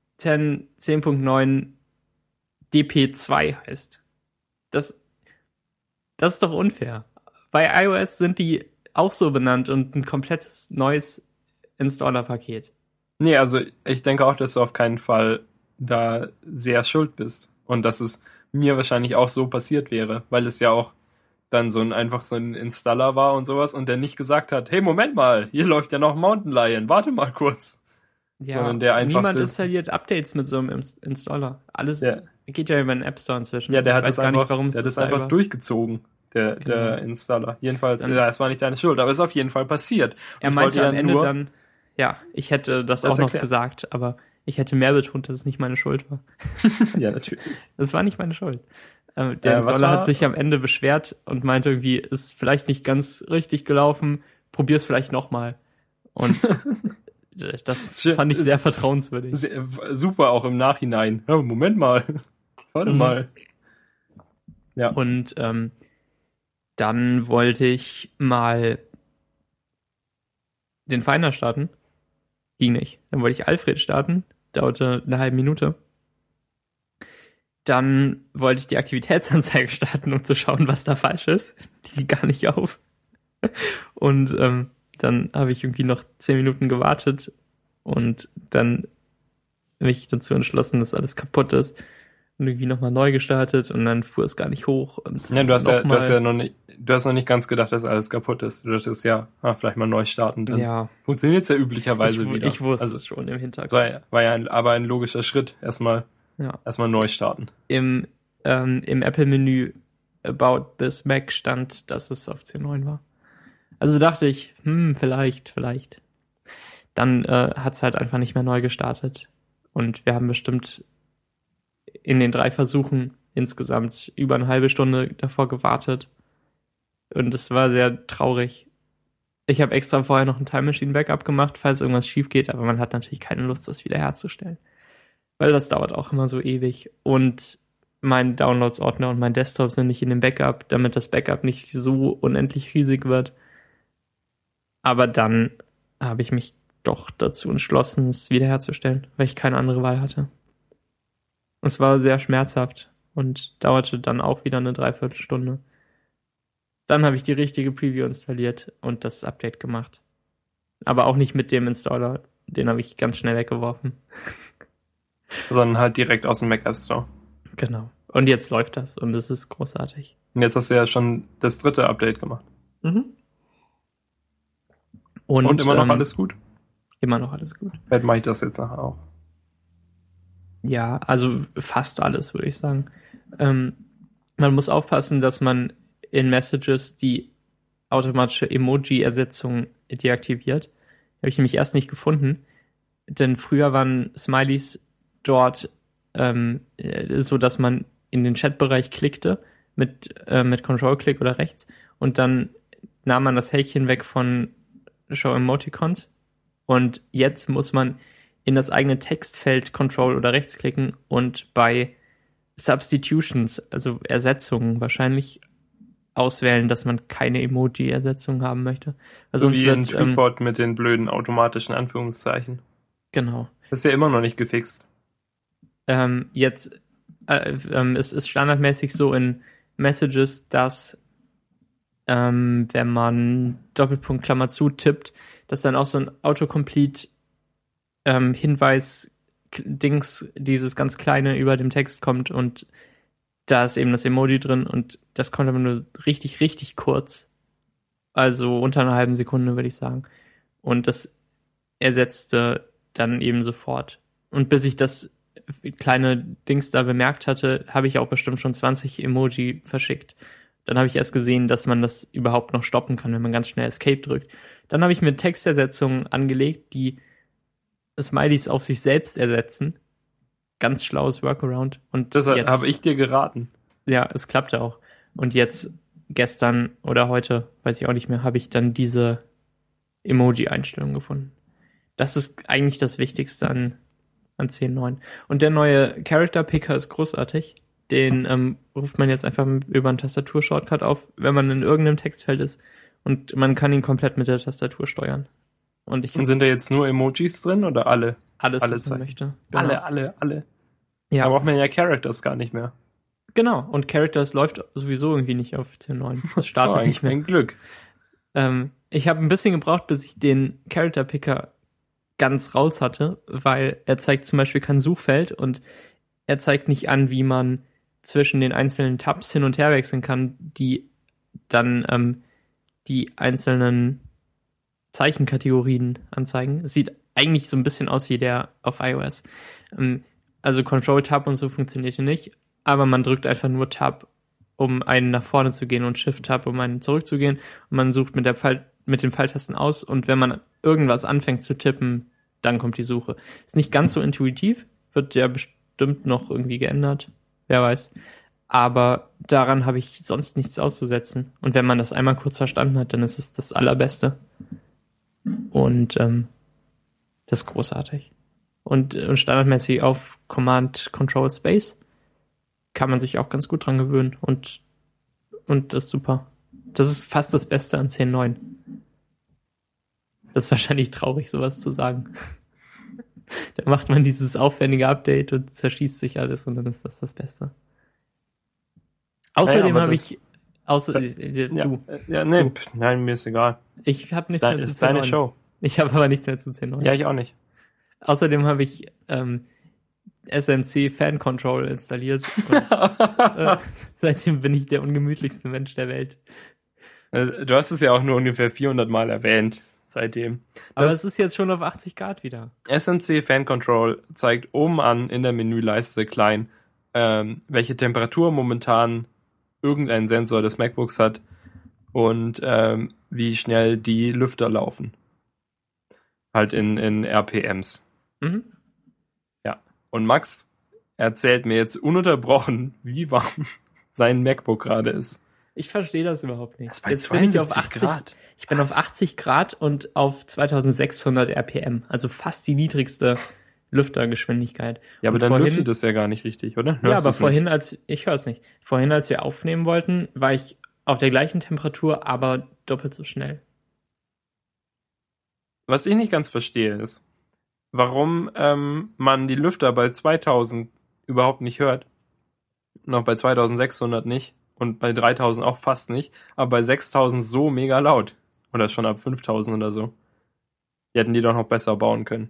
10.9 DP2 heißt? Das ist doch unfair. Bei iOS sind die auch so benannt und ein komplettes neues Installer-Paket. Nee, also ich denke auch, dass du auf keinen Fall da sehr schuld bist. Und dass es mir wahrscheinlich auch so passiert wäre, weil es ja auch dann einfach so ein Installer war und sowas und der nicht gesagt hat, hey, Moment mal, hier läuft ja noch Mountain Lion, warte mal kurz. Ja, sondern der einfach niemand installiert Updates mit so einem Installer. Alles geht ja über den App Store inzwischen. Ja, der hat das einfach durchgezogen, der Installer. Jedenfalls, es war nicht deine Schuld, aber es ist auf jeden Fall passiert. Er meinte am Ende dann, ja, ich hätte das auch noch gesagt, aber Ich hätte mehr betont, dass es nicht meine Schuld war. Ja, natürlich. Das war nicht meine Schuld. Der Installer hat sich am Ende beschwert und meinte irgendwie, ist vielleicht nicht ganz richtig gelaufen, probier's vielleicht nochmal. Und das fand ich sehr vertrauenswürdig. Super, auch im Nachhinein. Ja, Moment mal. Warte mal. Ja. Und dann wollte ich mal den Finder starten. Ging nicht. Dann wollte ich Alfred starten. Dauerte eine halbe Minute. Dann wollte ich die Aktivitätsanzeige starten, um zu schauen, was da falsch ist. Die ging gar nicht auf. Und dann habe ich irgendwie noch 10 Minuten gewartet und dann mich dazu entschlossen, dass alles kaputt ist. Und irgendwie nochmal neu gestartet und dann fuhr es gar nicht hoch. Und ja, du hast noch nicht ganz gedacht, dass alles kaputt ist. Du dachtest vielleicht mal neu starten. Dann funktioniert es ja üblicherweise wieder. Ich wusste es schon im Hintergrund. War ja aber ein logischer Schritt. Erstmal neu starten. Im Apple-Menü About this Mac stand, dass es auf 10.9 war. Also dachte ich, vielleicht. Dann hat es halt einfach nicht mehr neu gestartet. Und wir haben bestimmt in den 3 Versuchen insgesamt über eine halbe Stunde davor gewartet. Und es war sehr traurig. Ich habe extra vorher noch ein Time Machine Backup gemacht, falls irgendwas schief geht, aber man hat natürlich keine Lust, das wiederherzustellen. Weil das dauert auch immer so ewig. Und mein Downloads-Ordner und mein Desktop sind nicht in dem Backup, damit das Backup nicht so unendlich riesig wird. Aber dann habe ich mich doch dazu entschlossen, es wiederherzustellen, weil ich keine andere Wahl hatte. Es war sehr schmerzhaft und dauerte dann auch wieder eine Dreiviertelstunde. Dann habe ich die richtige Preview installiert und das Update gemacht. Aber auch nicht mit dem Installer, den habe ich ganz schnell weggeworfen. Sondern halt direkt aus dem Mac App Store. Genau. Und jetzt läuft das und es ist großartig. Und jetzt hast du ja schon das 3. Update gemacht. Mhm. Und immer noch alles gut? Immer noch alles gut. Vielleicht mache ich das jetzt nachher auch. Ja, also fast alles, würde ich sagen. Man muss aufpassen, dass man in Messages die automatische Emoji-Ersetzung deaktiviert. Habe ich nämlich erst nicht gefunden. Denn früher waren Smileys dort so, dass man in den Chatbereich klickte mit Control-Click oder rechts und dann nahm man das Häkchen weg von Show Emoticons und jetzt muss man in das eigene Textfeld Control oder rechts klicken und bei Substitutions, also Ersetzungen wahrscheinlich auswählen, dass man keine Emoji-Ersetzung haben möchte. Also wie ein Tweetbot mit den blöden automatischen Anführungszeichen. Genau. Das ist ja immer noch nicht gefixt. Jetzt es ist standardmäßig so in Messages, dass wenn man Doppelpunkt Klammer zu tippt, dass dann auch so ein Autocomplete Hinweis Dings, dieses ganz kleine über dem Text kommt und da ist eben das Emoji drin und das kommt aber nur richtig, richtig kurz. Also unter einer halben Sekunde, würde ich sagen. Und das ersetzte dann eben sofort. Und bis ich das kleine Dings da bemerkt hatte, habe ich auch bestimmt schon 20 Emoji verschickt. Dann habe ich erst gesehen, dass man das überhaupt noch stoppen kann, wenn man ganz schnell Escape drückt. Dann habe ich mir Textersetzungen angelegt, die Smileys auf sich selbst ersetzen. Ganz schlaues Workaround. Und deshalb habe ich dir geraten. Ja, es klappte auch. Und jetzt, gestern oder heute, weiß ich auch nicht mehr, habe ich dann diese Emoji-Einstellung gefunden. Das ist eigentlich das Wichtigste an 10.9. Und der neue Character Picker ist großartig. Den ruft man jetzt einfach über einen Tastatur-Shortcut auf, wenn man in irgendeinem Textfeld ist. Und man kann ihn komplett mit der Tastatur steuern. Und sind da jetzt nur Emojis drin oder alle? Alles, was man möchte. Genau. Alle. Ja. Da braucht man ja Characters gar nicht mehr. Genau. Und Characters läuft sowieso irgendwie nicht auf 10.9. Das startet nicht mehr. Ein Glück. Ich habe ein bisschen gebraucht, bis ich den Character Picker ganz raus hatte, weil er zeigt zum Beispiel kein Suchfeld und er zeigt nicht an, wie man zwischen den einzelnen Tabs hin und her wechseln kann, die dann die einzelnen Zeichenkategorien anzeigen. Es sieht eigentlich so ein bisschen aus wie der auf iOS. Also Control-Tab und so funktionierte nicht, aber man drückt einfach nur Tab, um einen nach vorne zu gehen und Shift-Tab, um einen zurückzugehen und man sucht mit den Pfeiltasten aus und wenn man irgendwas anfängt zu tippen, dann kommt die Suche. Ist nicht ganz so intuitiv, wird ja bestimmt noch irgendwie geändert, wer weiß. Aber daran habe ich sonst nichts auszusetzen. Und wenn man das einmal kurz verstanden hat, dann ist es das Allerbeste. Und das ist großartig. Und standardmäßig auf Command Control Space kann man sich auch ganz gut dran gewöhnen. Und das ist super. Das ist fast das Beste an 10.9. Das ist wahrscheinlich traurig, sowas zu sagen. Da macht man dieses aufwendige Update und zerschießt sich alles und dann ist das Beste. Außerdem habe ich... du. Ja, nee, du. Nein, mir ist egal. Ich habe nichts mehr zu 10.9. Ist deine Show. Ich habe aber nichts mehr zu 10.9. Ja, ich auch nicht. Außerdem habe ich SMC Fan Control installiert. Und, seitdem bin ich der ungemütlichste Mensch der Welt. Du hast es ja auch nur ungefähr 400 Mal erwähnt seitdem. Aber es ist jetzt schon auf 80 Grad wieder. SMC Fan Control zeigt oben an in der Menüleiste klein, welche Temperatur momentan irgendein Sensor des MacBooks hat und wie schnell die Lüfter laufen. Halt in RPMs. Mhm. Ja. Und Max erzählt mir jetzt ununterbrochen, wie warm sein MacBook gerade ist. Ich verstehe das überhaupt nicht. Das ist bei jetzt 72 bin ich auf 80 Grad. Ich bin auf 80 Grad und auf 2600 RPM. Also fast die niedrigste Lüftergeschwindigkeit. Ja, aber dann lüftet es ja gar nicht richtig, oder? Ja, aber vorhin, ich höre es nicht. Vorhin, als wir aufnehmen wollten, war ich auf der gleichen Temperatur, aber doppelt so schnell. Was ich nicht ganz verstehe, ist, warum man die Lüfter bei 2000 überhaupt nicht hört. Noch bei 2600 nicht. Und bei 3000 auch fast nicht. Aber bei 6000 so mega laut. Oder schon ab 5000 oder so. Die hätten die doch noch besser bauen können.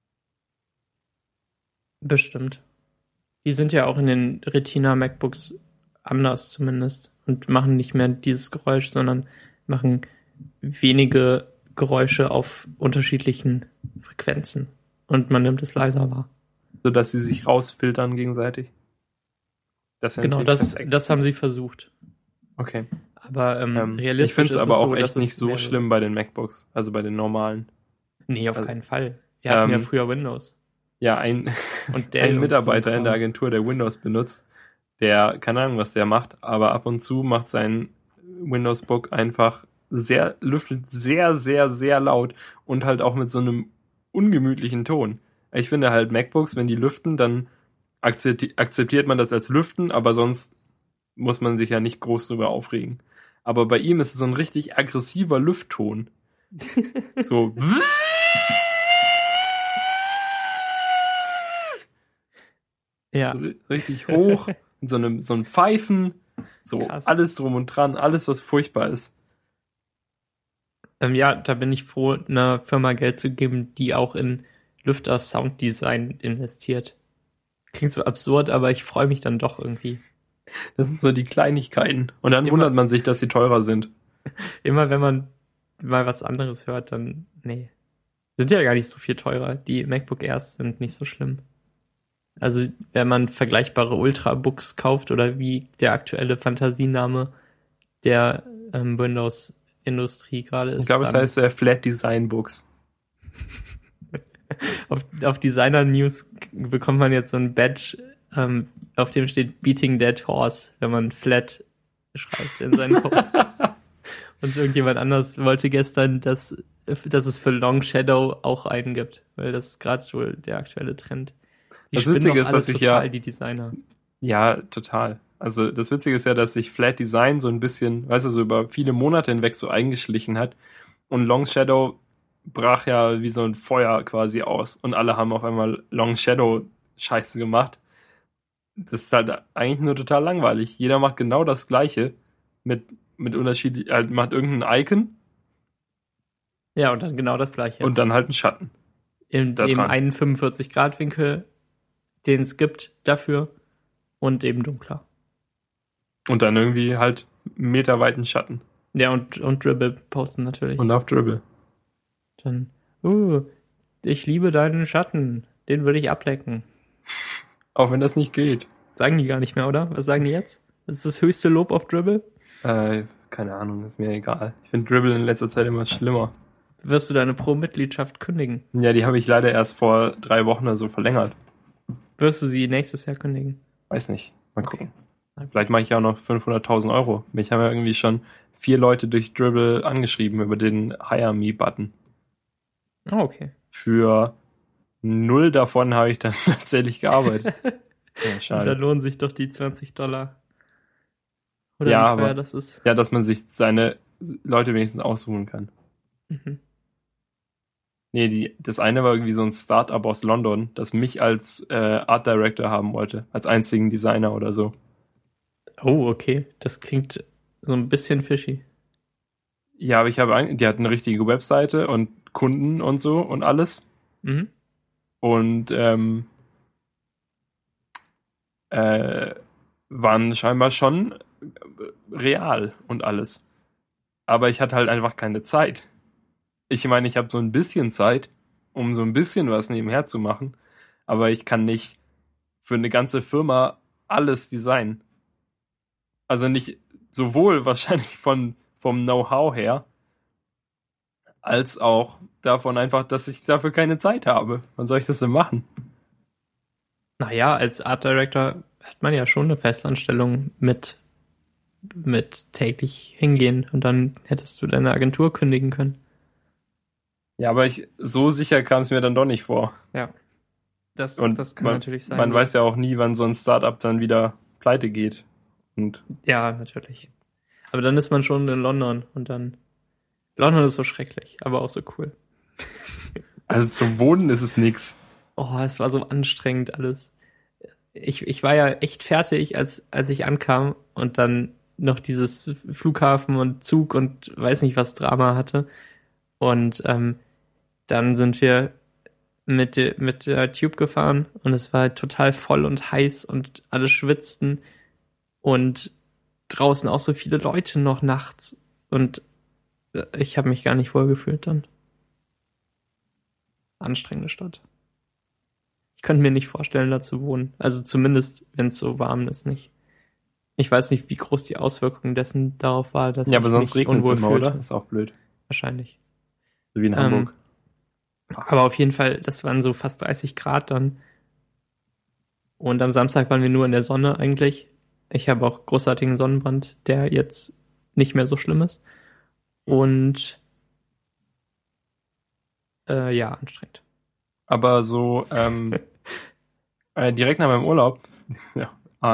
Bestimmt. Die sind ja auch in den Retina MacBooks anders zumindest. Und machen nicht mehr dieses Geräusch, sondern machen wenige Geräusche auf unterschiedlichen Frequenzen. Und man nimmt es leiser wahr. Sodass sie sich rausfiltern gegenseitig. Das haben sie versucht. Okay. Aber realistisch ich finde es aber auch so, echt nicht so schlimm bei den MacBooks, also bei den normalen. Nee, auf keinen Fall. Wir hatten ja früher Windows. Ja, ein Mitarbeiter in der Agentur, der Windows benutzt, der, keine Ahnung, was der macht, aber ab und zu macht sein Windows-Book einfach lüftet sehr, sehr, sehr laut und halt auch mit so einem ungemütlichen Ton. Ich finde halt MacBooks, wenn die lüften, dann akzeptiert man das als Lüften, aber sonst muss man sich ja nicht groß drüber aufregen. Aber bei ihm ist es so ein richtig aggressiver Lüftton. So. Ja. So richtig hoch, so ein Pfeifen, so krass. Alles drum und dran, alles, was furchtbar ist. Ja, da bin ich froh, einer Firma Geld zu geben, die auch in Lüfter Sounddesign investiert. Klingt so absurd, aber ich freue mich dann doch irgendwie. Das sind so die Kleinigkeiten. Und dann wundert man sich, dass sie teurer sind. Immer wenn man mal was anderes hört, dann, nee. Sind ja gar nicht so viel teurer. Die MacBook Airs sind nicht so schlimm. Also, wenn man vergleichbare Ultrabooks kauft oder wie der aktuelle Fantasiename der Windows-Industrie gerade ist. Ich glaube, es heißt Flat Design Books. Auf Designer News bekommt man jetzt so ein Badge, auf dem steht Beating Dead Horse, wenn man Flat schreibt in seinen Post. Und irgendjemand anders wollte gestern, dass es für Long Shadow auch einen gibt, weil das ist gerade wohl der aktuelle Trend. Das Witzige ist, dass ich die Designer. Ja, total. Also das Witzige ist ja, dass sich Flat Design so ein bisschen, weißt du, so über viele Monate hinweg so eingeschlichen hat. Und Long Shadow brach ja wie so ein Feuer quasi aus. Und alle haben auf einmal Long Shadow Scheiße gemacht. Das ist halt eigentlich nur total langweilig. Jeder macht genau das Gleiche mit Unterschied, halt macht irgendein Icon. Ja, und dann genau das Gleiche. Und dann halt einen Schatten. In dem einen 45-Grad-Winkel, den es gibt dafür. Und eben dunkler. Und dann irgendwie halt meterweiten Schatten. Ja, und Dribble posten natürlich. Und auf Dribble. Dann, ich liebe deinen Schatten. Den würde ich ablecken. Auch wenn das nicht geht. Sagen die gar nicht mehr, oder? Was sagen die jetzt? Das ist das höchste Lob auf Dribble? Keine Ahnung, ist mir egal. Ich finde Dribble in letzter Zeit immer schlimmer. wirst du deine Pro-Mitgliedschaft kündigen? Ja, die habe ich leider erst vor 3 Wochen oder so verlängert. Wirst du sie nächstes Jahr kündigen? Weiß nicht. Mal gucken. Okay. Vielleicht mache ich ja auch noch 500.000 Euro. Mich haben ja irgendwie schon 4 Leute durch Dribbble angeschrieben über den Hire Me-Button. Oh, okay. Für 0 davon habe ich dann tatsächlich gearbeitet. Ja, schade. Da lohnen sich doch die $20. Oder Ja, wie teuer aber das ist. ja, dass man sich seine Leute wenigstens aussuchen kann. Mhm. Nee, das eine war irgendwie so ein Start-up aus London, das mich als Art Director haben wollte, als einzigen Designer oder so. Oh, okay. Das klingt so ein bisschen fishy. Ja, aber die hatten eine richtige Webseite und Kunden und so und alles. Mhm. Und waren scheinbar schon real und alles. Aber ich hatte halt einfach keine Zeit. Ich meine, ich habe so ein bisschen Zeit, um so ein bisschen was nebenher zu machen, aber ich kann nicht für eine ganze Firma alles designen. Also nicht sowohl wahrscheinlich vom Know-how her, als auch davon einfach, dass ich dafür keine Zeit habe. Wann soll ich das denn machen? Naja, als Art Director hat man ja schon eine Festanstellung mit täglich hingehen und dann hättest du deine Agentur kündigen können. Ja, aber so sicher kam es mir dann doch nicht vor. Ja. Das kann man, natürlich sein. Man weiß ja auch nie, wann so ein Startup dann wieder pleite geht. Und ja, natürlich. Aber dann ist man schon in London und dann London ist so schrecklich, aber auch so cool. also zum Wohnen ist es nix. Oh, es war so anstrengend alles. Ich war ja echt fertig, als ich ankam und dann noch dieses Flughafen und Zug und weiß nicht was Drama hatte. Und dann sind wir mit der Tube gefahren und es war halt total voll und heiß und alle schwitzten und draußen auch so viele Leute noch nachts und ich habe mich gar nicht wohl gefühlt dann. Anstrengende Stadt. Ich könnte mir nicht vorstellen, da zu wohnen. Also zumindest, wenn es so warm ist, nicht. Ich weiß nicht, wie groß die Auswirkung dessen darauf war, dass ja, aber ich sonst mich regnet es unwohl immer, fühlte. oder? Ist auch blöd. Wahrscheinlich. So wie in Hamburg. Aber auf jeden Fall, das waren so fast 30 Grad dann. Und am Samstag waren wir nur in der Sonne eigentlich. Ich habe auch großartigen Sonnenbrand, der jetzt nicht mehr so schlimm ist. Und ja, anstrengend. Aber so direkt nach meinem Urlaub, ja,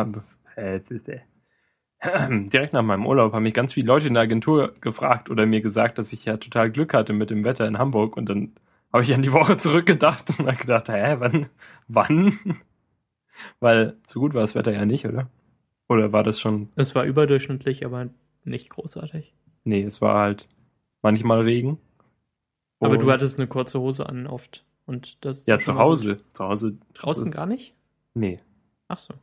direkt nach meinem Urlaub haben mich ganz viele Leute in der Agentur gefragt oder mir gesagt, dass ich ja total Glück hatte mit dem Wetter in Hamburg. Und dann habe ich an die Woche zurückgedacht und habe gedacht, wann? Weil so gut war das Wetter ja nicht, oder? Oder war das schon? Es war überdurchschnittlich, aber nicht großartig. Nee, es war halt manchmal Regen. Aber Und du hattest eine kurze Hose an oft. Und das ja, ist zu schon mal Hause. gut. Zu Hause. Draußen gar nicht? Nee. Ach so.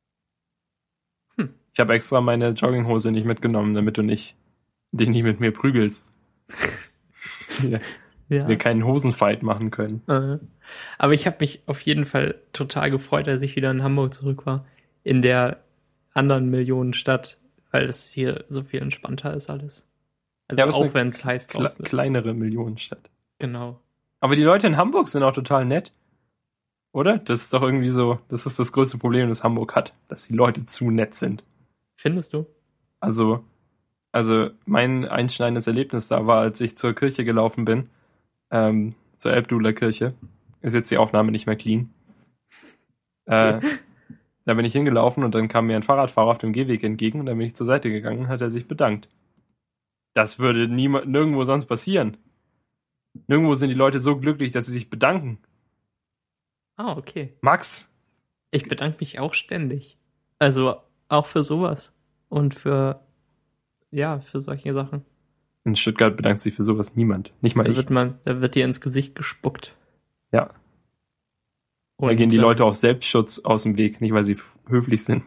Ich habe extra meine Jogginghose nicht mitgenommen, damit du dich nicht mit mir prügelst. Ja. Wir keinen Hosenfight machen können. Aber ich habe mich auf jeden Fall total gefreut, als ich wieder in Hamburg zurück war. In der anderen Millionenstadt, weil es hier so viel entspannter ist alles. Also ja, auch wenn es heiß draußen ist. Kleinere Millionenstadt. Genau. Aber die Leute in Hamburg sind auch total nett. Oder? Das ist doch irgendwie so, das ist das größte Problem, das Hamburg hat, dass die Leute zu nett sind. Findest du? Also mein einschneidendes Erlebnis da war, als ich zur Kirche gelaufen bin, zur Elbduler Kirche. Ist jetzt die Aufnahme nicht mehr clean. Da bin ich hingelaufen und dann kam mir ein Fahrradfahrer auf dem Gehweg entgegen und dann bin ich zur Seite gegangen und hat er sich bedankt. Das würde nirgendwo sonst passieren. Nirgendwo sind die Leute so glücklich, dass sie sich bedanken. Ah, okay. Max? Ich bedanke mich auch ständig. Also auch für sowas. Und für solche Sachen. In Stuttgart bedankt sich für sowas niemand. Nicht mal ich. Da wird dir ins Gesicht gespuckt. Ja. Und da gehen die Leute auf Selbstschutz aus dem Weg, nicht weil sie höflich sind.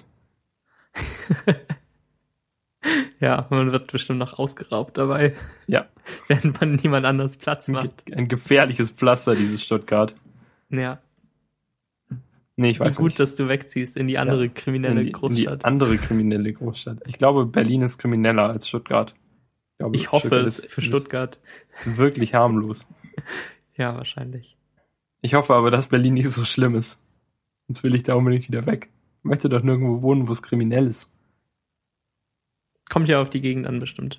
Ja, man wird bestimmt noch ausgeraubt dabei. Ja. Während man niemand anders Platz macht. Ein gefährliches Pflaster, dieses Stuttgart. Ja. Nee, ich weiß Wie gut, nicht. dass du wegziehst in die andere kriminelle Großstadt. In die andere kriminelle Großstadt. Ich glaube, Berlin ist krimineller als Stuttgart. glaube, Ich hoffe Stuttgart es für ist Stuttgart. wirklich harmlos. Ja, wahrscheinlich. Ich hoffe aber, dass Berlin nicht so schlimm ist. Sonst will ich da unbedingt wieder weg. Ich möchte doch nirgendwo wohnen, wo es kriminell ist. Kommt ja auf die Gegend an, bestimmt.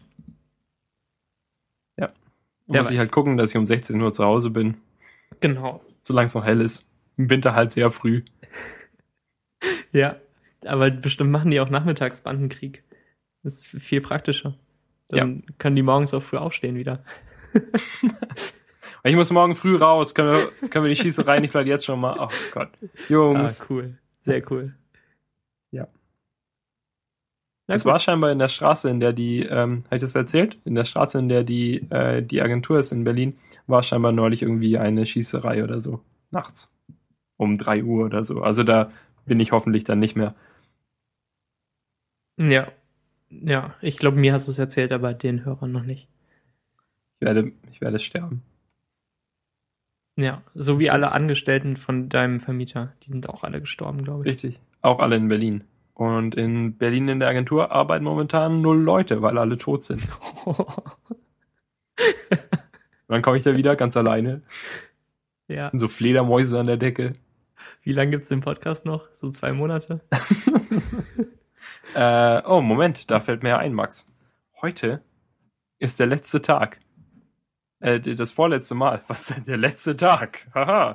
Da Wer muss ich weiß. halt gucken, dass ich um 16 Uhr zu Hause bin, Genau. solange es noch hell ist. Im Winter halt sehr früh. Ja, aber bestimmt machen die auch nachmittags Bandenkrieg. Das ist viel praktischer. Dann können die morgens auch früh aufstehen wieder. Ich muss morgen früh raus. Können wir die Schießerei nicht vielleicht jetzt schon mal? Oh Gott. Jungs. Cool. Sehr cool. Ja. Na Es gut. war scheinbar in der Straße, in der die, habe ich das erzählt? In der Straße, in der die Agentur ist in Berlin, war scheinbar neulich irgendwie eine Schießerei oder so. Nachts. Um 3 Uhr oder so. Also da bin ich hoffentlich dann nicht mehr. Ja. Ja, ich glaube, mir hast du es erzählt, aber den Hörern noch nicht. Ich werde sterben. Ja, so wie alle Angestellten von deinem Vermieter. Die sind auch alle gestorben, glaube ich. Richtig. Auch alle in Berlin. Und in Berlin in der Agentur arbeiten momentan 0 Leute, weil alle tot sind. Und dann komme ich da wieder ganz alleine. Ja. Und so Fledermäuse an der Decke. Wie lange gibt's den Podcast noch? So 2 Monate? Oh, Moment, da fällt mir ja ein, Max. Heute ist der letzte Tag. Das vorletzte Mal. Was ist denn der letzte Da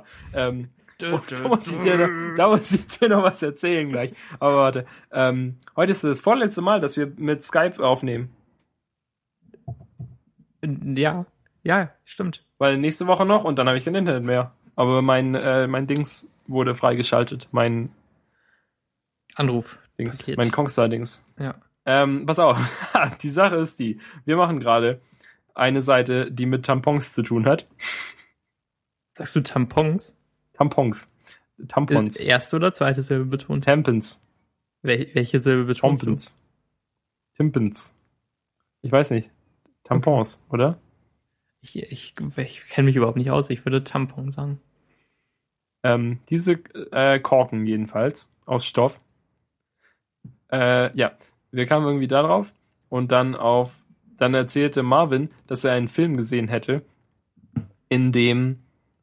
muss ich dir noch was erzählen gleich. Aber warte. Heute ist das vorletzte Mal, dass wir mit Skype aufnehmen. Ja, stimmt. Weil nächste Woche noch und dann habe ich kein Internet mehr. Aber mein Dings wurde freigeschaltet. Mein Anruf. Dings. Paket. Mein Kongstar-Dings. Ja. Pass auf. Die Sache ist die. Wir machen gerade eine Seite, die mit Tampons zu tun hat. Sagst du Tampons? Tampons. Tampons. Erste oder zweite Silbe betont? Tampons. Welche Silbe betonst du? Tampons. Timpens. Ich weiß nicht. Tampons, oder? Ich kenne mich überhaupt nicht aus. Ich würde Tampon sagen. Diese Korken jedenfalls aus Stoff. Ja, wir kamen irgendwie da drauf und dann erzählte Marvin, dass er einen Film gesehen hätte, in dem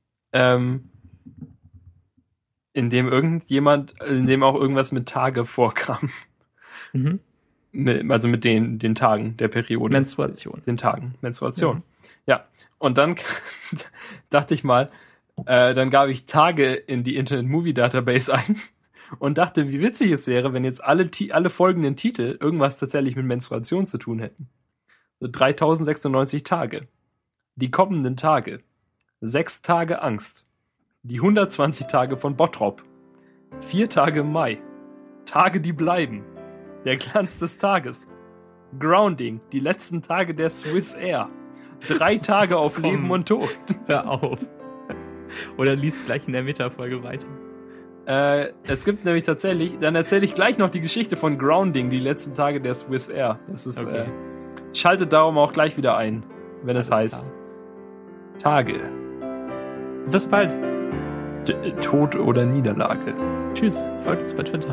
auch irgendwas mit Tage vorkam. Mhm. Also mit den Tagen der Periode. Menstruation. Den Tagen. Menstruation. Ja. Und dann dachte ich mal, dann gab ich Tage in die Internet Movie Database ein und dachte, wie witzig es wäre, wenn jetzt alle folgenden Titel irgendwas tatsächlich mit Menstruation zu tun hätten. So 3096 Tage. Die kommenden Tage. 6 Tage Angst. Die 120 Tage von Bottrop. 4 Tage im Mai. Tage, die bleiben. Der Glanz des Tages. Grounding. Die letzten Tage der Swiss Air. 3 Tage auf Leben und Tod. Hör auf. Oder liest gleich in der Meta-Folge weiter. Es gibt nämlich tatsächlich, dann erzähle ich gleich noch die Geschichte von Grounding, die letzten Tage der Swiss Air. Das ist, Okay. Schaltet darum auch gleich wieder ein, wenn es Alles heißt Tage. Bis bald. Tod oder Niederlage. Tschüss. Folgt uns bei Twitter.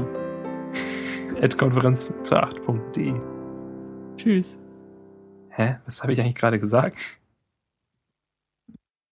@konferenz28.de. Tschüss. Hä? Was habe ich eigentlich gerade gesagt?